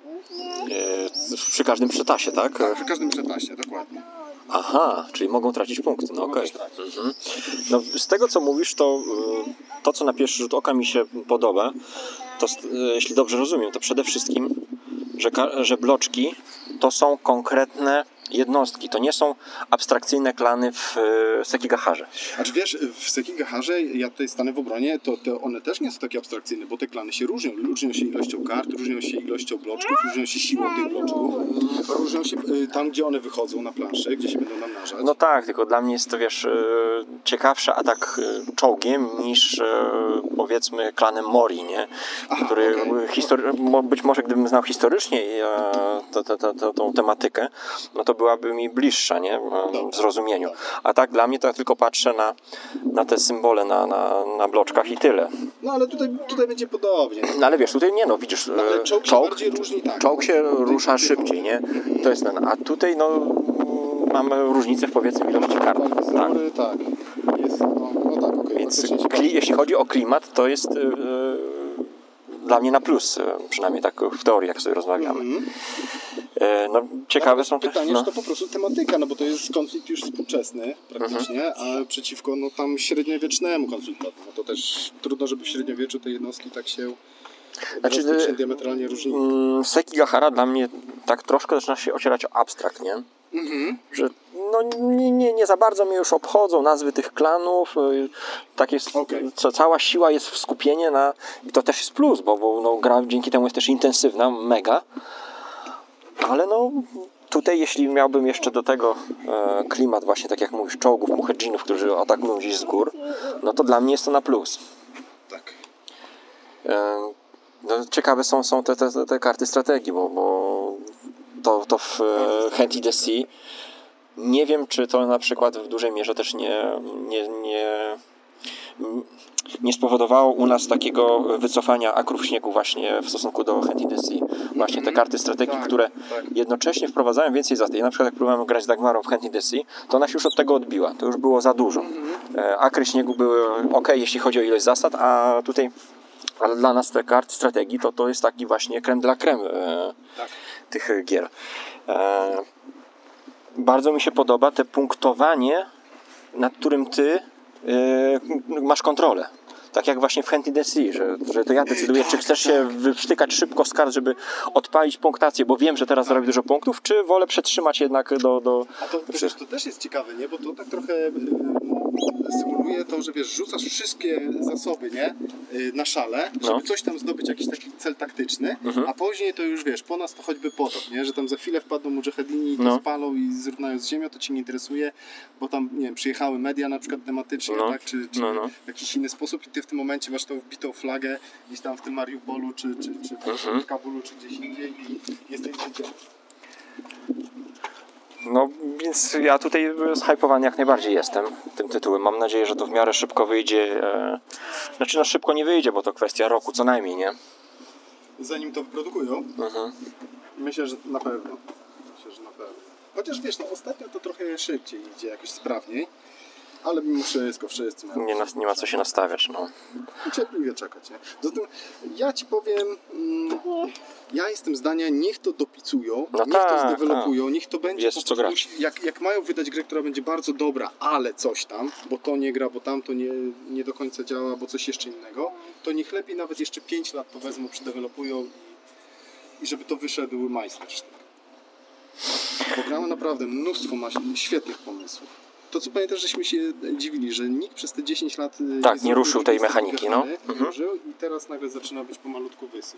Przy każdym przetasie, tak? Tak, przy każdym przetasie, dokładnie. Aha, czyli mogą tracić punkty, no okej. Tak. No, z tego co mówisz, to co na pierwszy rzut oka mi się podoba, to jeśli dobrze rozumiem, to przede wszystkim, że bloczki to są konkretne jednostki, to nie są abstrakcyjne klany w Sekigaharze. A czy wiesz, w Sekigaharze, ja tutaj stanę w obronie, to one też nie są takie abstrakcyjne, bo te klany się różnią. Różnią się ilością kart, różnią się ilością bloczków, różnią się siłą tych bloczków, różnią się tam, gdzie one wychodzą na planszę, gdzie się będą namnażać. No tak, tylko dla mnie jest to, wiesz, ciekawszy atak czołgiem niż powiedzmy klanem Mori, nie? Który być może gdybym znał historycznie tą tematykę, no to byłaby mi bliższa, nie? W zrozumieniu. A tak dla mnie to ja tylko patrzę na te symbole na bloczkach i tyle. No ale tutaj będzie podobnie. No ale wiesz, tutaj nie, no widzisz, ale czołg się bardziej różni, tak. Czołg się rusza szybciej, nie? To jest ten, a tutaj mamy różnicę w powiedzmy ilości kart. Tak. Jest, tak, okej. Więc jeśli chodzi o klimat, to jest dla mnie na plus, przynajmniej tak w teorii, jak sobie rozmawiamy. No, ciekawe są też... Pytanie, że to po prostu tematyka, no bo to jest konflikt już współczesny praktycznie, a przeciwko tam średniowiecznemu konfliktowi. No to też trudno, żeby w średniowieczu te jednostki tak się drastycznie, diametralnie różniły. Sekigahara dla mnie tak troszkę zaczyna się ocierać o abstrakt, nie? Że nie za bardzo mnie już obchodzą nazwy tych klanów. Tak jest, cała siła jest w skupienie i to też jest plus, bo gra dzięki temu jest też intensywna, mega. Ale tutaj jeśli miałbym jeszcze do tego klimat właśnie, tak jak mówisz, czołgów, muhedżinów, którzy atakują gdzieś z gór, no to dla mnie jest to na plus. Tak. Ciekawe są te karty strategii, bo to w Hand in the Sea nie wiem, czy to na przykład w dużej mierze też nie spowodowało u nas takiego wycofania akrów śniegu właśnie w stosunku do Hand in the Sea. Właśnie te karty strategii, Tak, które tak. jednocześnie wprowadzają więcej zasad. Ja na przykład jak próbowałem grać z Dagmarą w Hand in the Sea, to ona się już od tego odbiła. To już było za dużo. Akry śniegu były ok, jeśli chodzi o ilość zasad, a tutaj ale dla nas te karty strategii to jest taki właśnie creme de la creme Tak. tych gier. Bardzo mi się podoba te punktowanie, nad którym ty masz kontrolę. Tak jak właśnie w Hand in the Sea, że to ja decyduję, czy chcesz się wysztykać szybko z kart, żeby odpalić punktację, bo wiem, że teraz zarobię dużo punktów, czy wolę przetrzymać jednak do... A to też jest ciekawe, nie? Bo to tak trochę symuluje to, że wiesz, rzucasz wszystkie zasoby, nie? Na szale, żeby No. coś tam zdobyć, jakiś taki cel taktyczny, a później to już wiesz, po nas to choćby potop, nie? Że tam za chwilę wpadną mujahedini i to No. spalą i zrównają z ziemią, to cię nie interesuje, bo tam, nie wiem, przyjechały media na przykład tematycznie, No. tak? Czy No. w jakiś inny sposób i ty w tym momencie masz tą wbitą flagę gdzieś tam w tym Mariupolu, czy w Kabulu, czy gdzieś indziej i jesteś życiem. No, więc ja tutaj zhypowany jak najbardziej jestem tym tytułem. Mam nadzieję, że to w miarę szybko wyjdzie. Znaczy, no szybko nie wyjdzie, bo to kwestia roku co najmniej, nie? Zanim to wyprodukują, myślę, że na pewno. Chociaż wiesz, no ostatnio to trochę szybciej idzie, jakoś sprawniej, ale mimo wszystko wszyscy mają Nie ma co się nastawiać, no. cierpliwie czekać, nie? Zatem ja ci powiem, ja jestem zdania, niech to dopicują, No niech tak, to zdevelopują, niech to będzie Jest po co prostu, jak mają wydać grę, która będzie bardzo dobra, ale coś tam, bo to nie gra, bo tamto nie do końca działa, bo coś jeszcze innego, to niech lepiej nawet jeszcze 5 lat to wezmą, przedevelopują i żeby to wyszedł majstersztyk. Bo gramy naprawdę mnóstwo świetnych pomysłów. To co pamiętasz, żeśmy się dziwili, że nikt przez te 10 lat Tak, nie zrobił ruszył tej tej mechaniki, no. nie ruszył i teraz nagle zaczyna być pomalutku wysyp.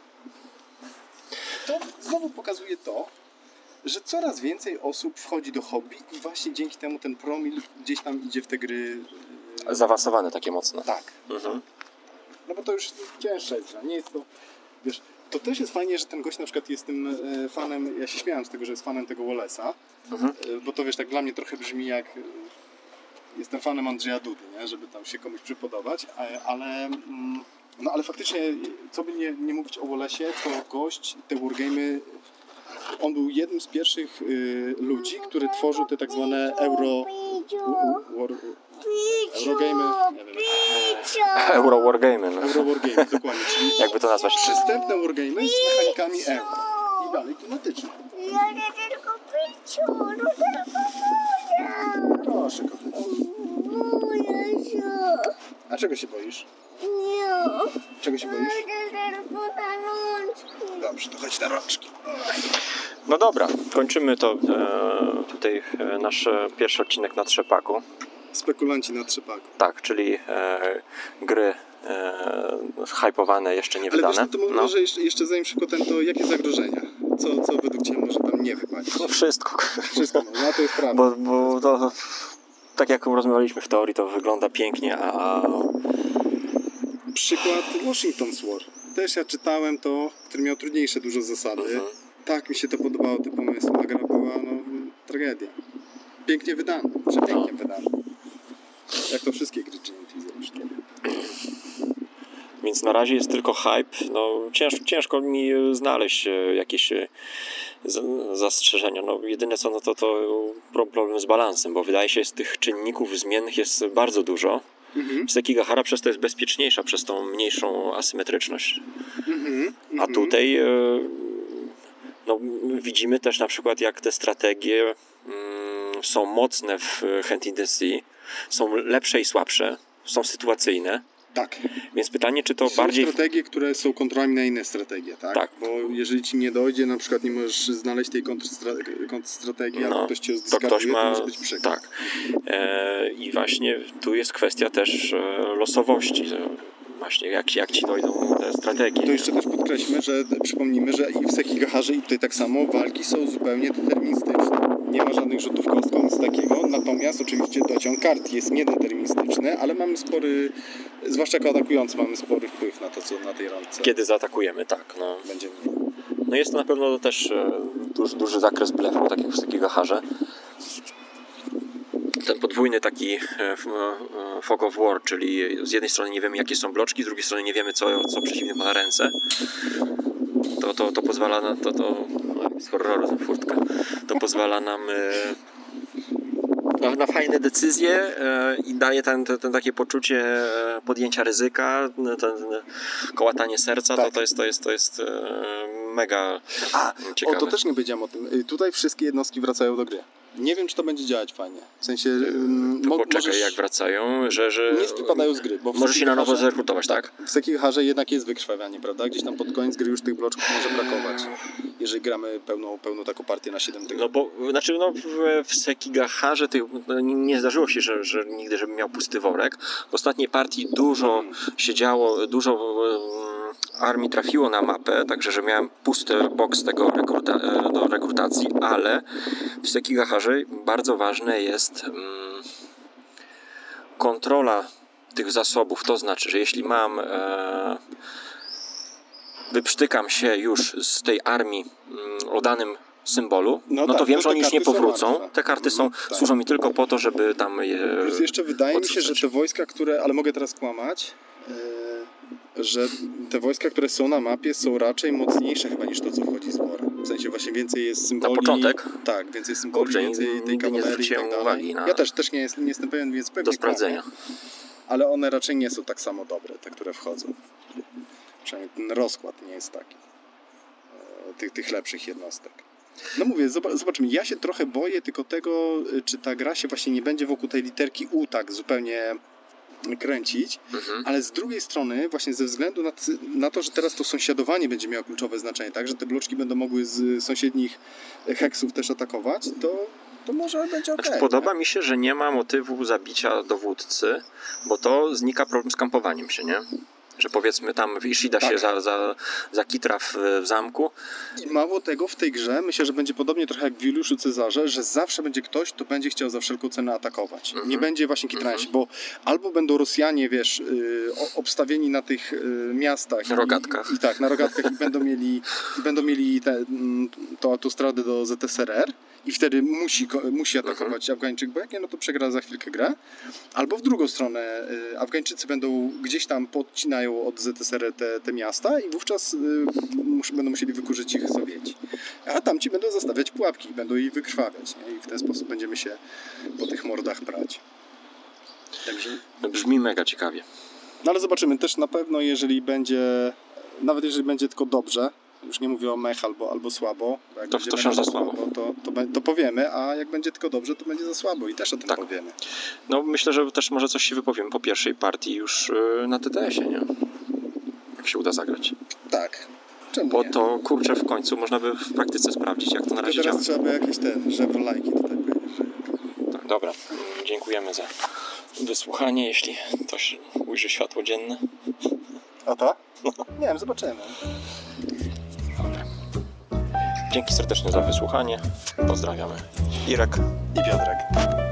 To znowu pokazuje to, że coraz więcej osób wchodzi do hobby i właśnie dzięki temu ten promil gdzieś tam idzie w te gry. Zaawansowane takie mocno. Tak. No bo to już cięższa jest gra, nie jest to, wiesz, to też jest fajnie, że ten gość na przykład jest tym fanem, ja się śmiałem z tego, że jest fanem tego Wallace'a, bo to wiesz, tak dla mnie trochę brzmi jak jestem fanem Andrzeja Dudy, nie? Żeby tam się komuś przypodobać, ale faktycznie, co by nie mówić o Wallace'ie, to gość, te wargamy, on był jednym z pierwszych ludzi, który tworzył te tak zwane Eurogamy, nie wiem, Euro Wargame, no. Eurowargamy, dokładnie, czyli Jakby to nazwać? przystępne wargamy z mechanikami euro. I dalej klimatyczne. Ja nie tylko piciu, no tylko moja. Proszę, kochani. Boję się. A czego się boisz? Nie. Czego się boisz? Będę tylko na rączki. Dobrze, to chodź na rączki. No dobra, kończymy to tutaj nasz pierwszy odcinek na trzepaku. Spekulanci na trzepaku. Tak, czyli gry hypowane, jeszcze nie Ale wydane. wiesz, to może jeszcze zanim szybko to jakie zagrożenia? Co według Ciebie może tam nie wypalić? No wszystko. Wszystko, no to jest prawda. Bo to, tak jak rozmawialiśmy w teorii, to wygląda pięknie, a Przykład Washington's War. Też ja czytałem to, który miał trudniejsze dużo zasady. Tak mi się to podobało, te pomysły. A gra była tragedia. Pięknie wydana, przepięknie wydana. Jak to wszystkie gry GMT zresztą. więc na razie jest tylko hype. No, ciężko mi znaleźć jakieś zastrzeżenia. No, jedyne co, no to problem z balansem, bo wydaje się, że z tych czynników zmiennych jest bardzo dużo. Sekigahara przez to jest bezpieczniejsza, przez tą mniejszą asymetryczność. A tutaj no, widzimy też na przykład, jak te strategie są mocne w Hand in the Sea, są lepsze i słabsze, są sytuacyjne. Tak. Więc pytanie, czy to Są bardziej... strategie, które są kontrami na inne strategie, tak? Tak. Bo jeżeli Ci nie dojdzie, na przykład nie możesz znaleźć tej kontrstrategii, albo ktoś Cię to zgaruje, ktoś ma... to może być przykro. Tak. I właśnie tu jest kwestia też losowości. Właśnie jak Ci dojdą te strategie. To jeszcze też podkreślmy, że przypomnijmy, że i w Sekigaharze i tutaj tak samo walki są zupełnie deterministyczne. Nie ma żadnych rzutów kostką, nic takiego, natomiast oczywiście dociąg kart jest niedeterministyczny, ale mamy spory, zwłaszcza jako atakujący, mamy spory wpływ na to, co na tej randce Kiedy zaatakujemy, tak. No. będziemy. No jest to na pewno też duży zakres blefu, tak jak w Sekigaharze. Ten podwójny taki fog of war, czyli z jednej strony nie wiemy jakie są bloczki, z drugiej strony nie wiemy co przeciwnik ma na ręce. To pozwala na z horroru furtka. To pozwala nam na fajne decyzje i daje ten takie poczucie podjęcia ryzyka, ten kołatanie serca, Tak. to jest mega ciekawe. O, to też nie powiedziałem o tym. Tutaj wszystkie jednostki wracają do gry. Nie wiem, czy to będzie działać fajnie. W sensie... Poczekaj, jak wracają, że Nie wypadają z gry, bo w możesz się na nowo Sekigharze- zrekrutować, tak? W Sekigharze jednak jest wykrwawianie, prawda? Gdzieś tam pod koniec gry już tych bloczków może brakować. Jeżeli gramy pełną taką partię na 7 tygodni. No bo, znaczy w Sekigaharze nie zdarzyło się, że nigdy, żebym miał pusty worek. W ostatniej partii dużo się działo, dużo armii trafiło na mapę, także że miałem pusty box tego do rekrutacji, ale w Sekigaharze bardzo ważne jest kontrola tych zasobów, to znaczy, że jeśli wyprztykam się już z tej armii o danym symbolu, No no to tak, wiem, to że te oni już nie karty są powrócą. martwe. Te karty Tak. służą mi tylko po to, żeby tam je Plus jeszcze wydaje mi się, że odrzucać. te wojska, które... Ale mogę teraz kłamać, że te wojska, które są na mapie, są raczej mocniejsze chyba niż to, co wchodzi z wora. W sensie właśnie więcej jest symboli... początek? Tak, więcej symboli, Kurczę, więcej tej nigdy nie kawalerii i zwróciłem tak dalej. uwagi na... Ja też nie jestem pewien, więc pewnie do sprawdzenia. kłamię, ale one raczej nie są tak samo dobre, te, które wchodzą. Przynajmniej ten rozkład nie jest taki. Tych lepszych jednostek. No mówię, zobaczymy. Ja się trochę boję tylko tego, czy ta gra się właśnie nie będzie wokół tej literki U tak zupełnie kręcić, ale z drugiej strony właśnie ze względu na to, że teraz to sąsiadowanie będzie miało kluczowe znaczenie, tak, że te bloczki będą mogły z sąsiednich heksów też atakować, to może będzie okej. Znaczy, podoba mi się, że nie ma motywu zabicia dowódcy, bo to znika problem z kampowaniem się, nie? Że powiedzmy tam Ishida Tak. się zakitra w zamku. I mało tego, w tej grze myślę, że będzie podobnie trochę jak w Juliuszu Cezarze, że zawsze będzie ktoś, kto będzie chciał za wszelką cenę atakować. Nie będzie właśnie kitrania się, bo albo będą Rosjanie, wiesz, obstawieni na tych miastach. Rogatkach. I tak, na rogatkach i będą mieli tą autostradę do ZSRR i wtedy musi atakować Afgańczyk, bo jak nie, no to przegra za chwilkę grę. Albo w drugą stronę Afgańczycy będą gdzieś tam podcinają od ZSRR te miasta i wówczas będą musieli wykurzyć ich Sowieci. A tamci będą zastawiać pułapki, będą ich wykrwawiać. Nie? I w ten sposób będziemy się po tych mordach prać. Także... Brzmi mega ciekawie. No ale zobaczymy też na pewno, nawet jeżeli będzie tylko dobrze, już nie mówię o mech albo słabo. Bo jak To będzie wciąż za słabo. to powiemy, a jak będzie tylko dobrze, to będzie za słabo i też o tym Tak. powiemy. No myślę, że też może coś się wypowiem po pierwszej partii już na TTS-ie, nie? Jak się uda zagrać. Tak. Czemu Bo nie? to kurczę w końcu można by w praktyce sprawdzić, jak to na To razie działa. teraz trzeba by jakieś żewolajki tutaj powiedzieć. Tak, dobra, dziękujemy za wysłuchanie, jeśli ktoś ujrzy światło dzienne. A to? Nie wiem, zobaczymy. Dzięki serdecznie za wysłuchanie. Pozdrawiamy. Irek. I Piotrek.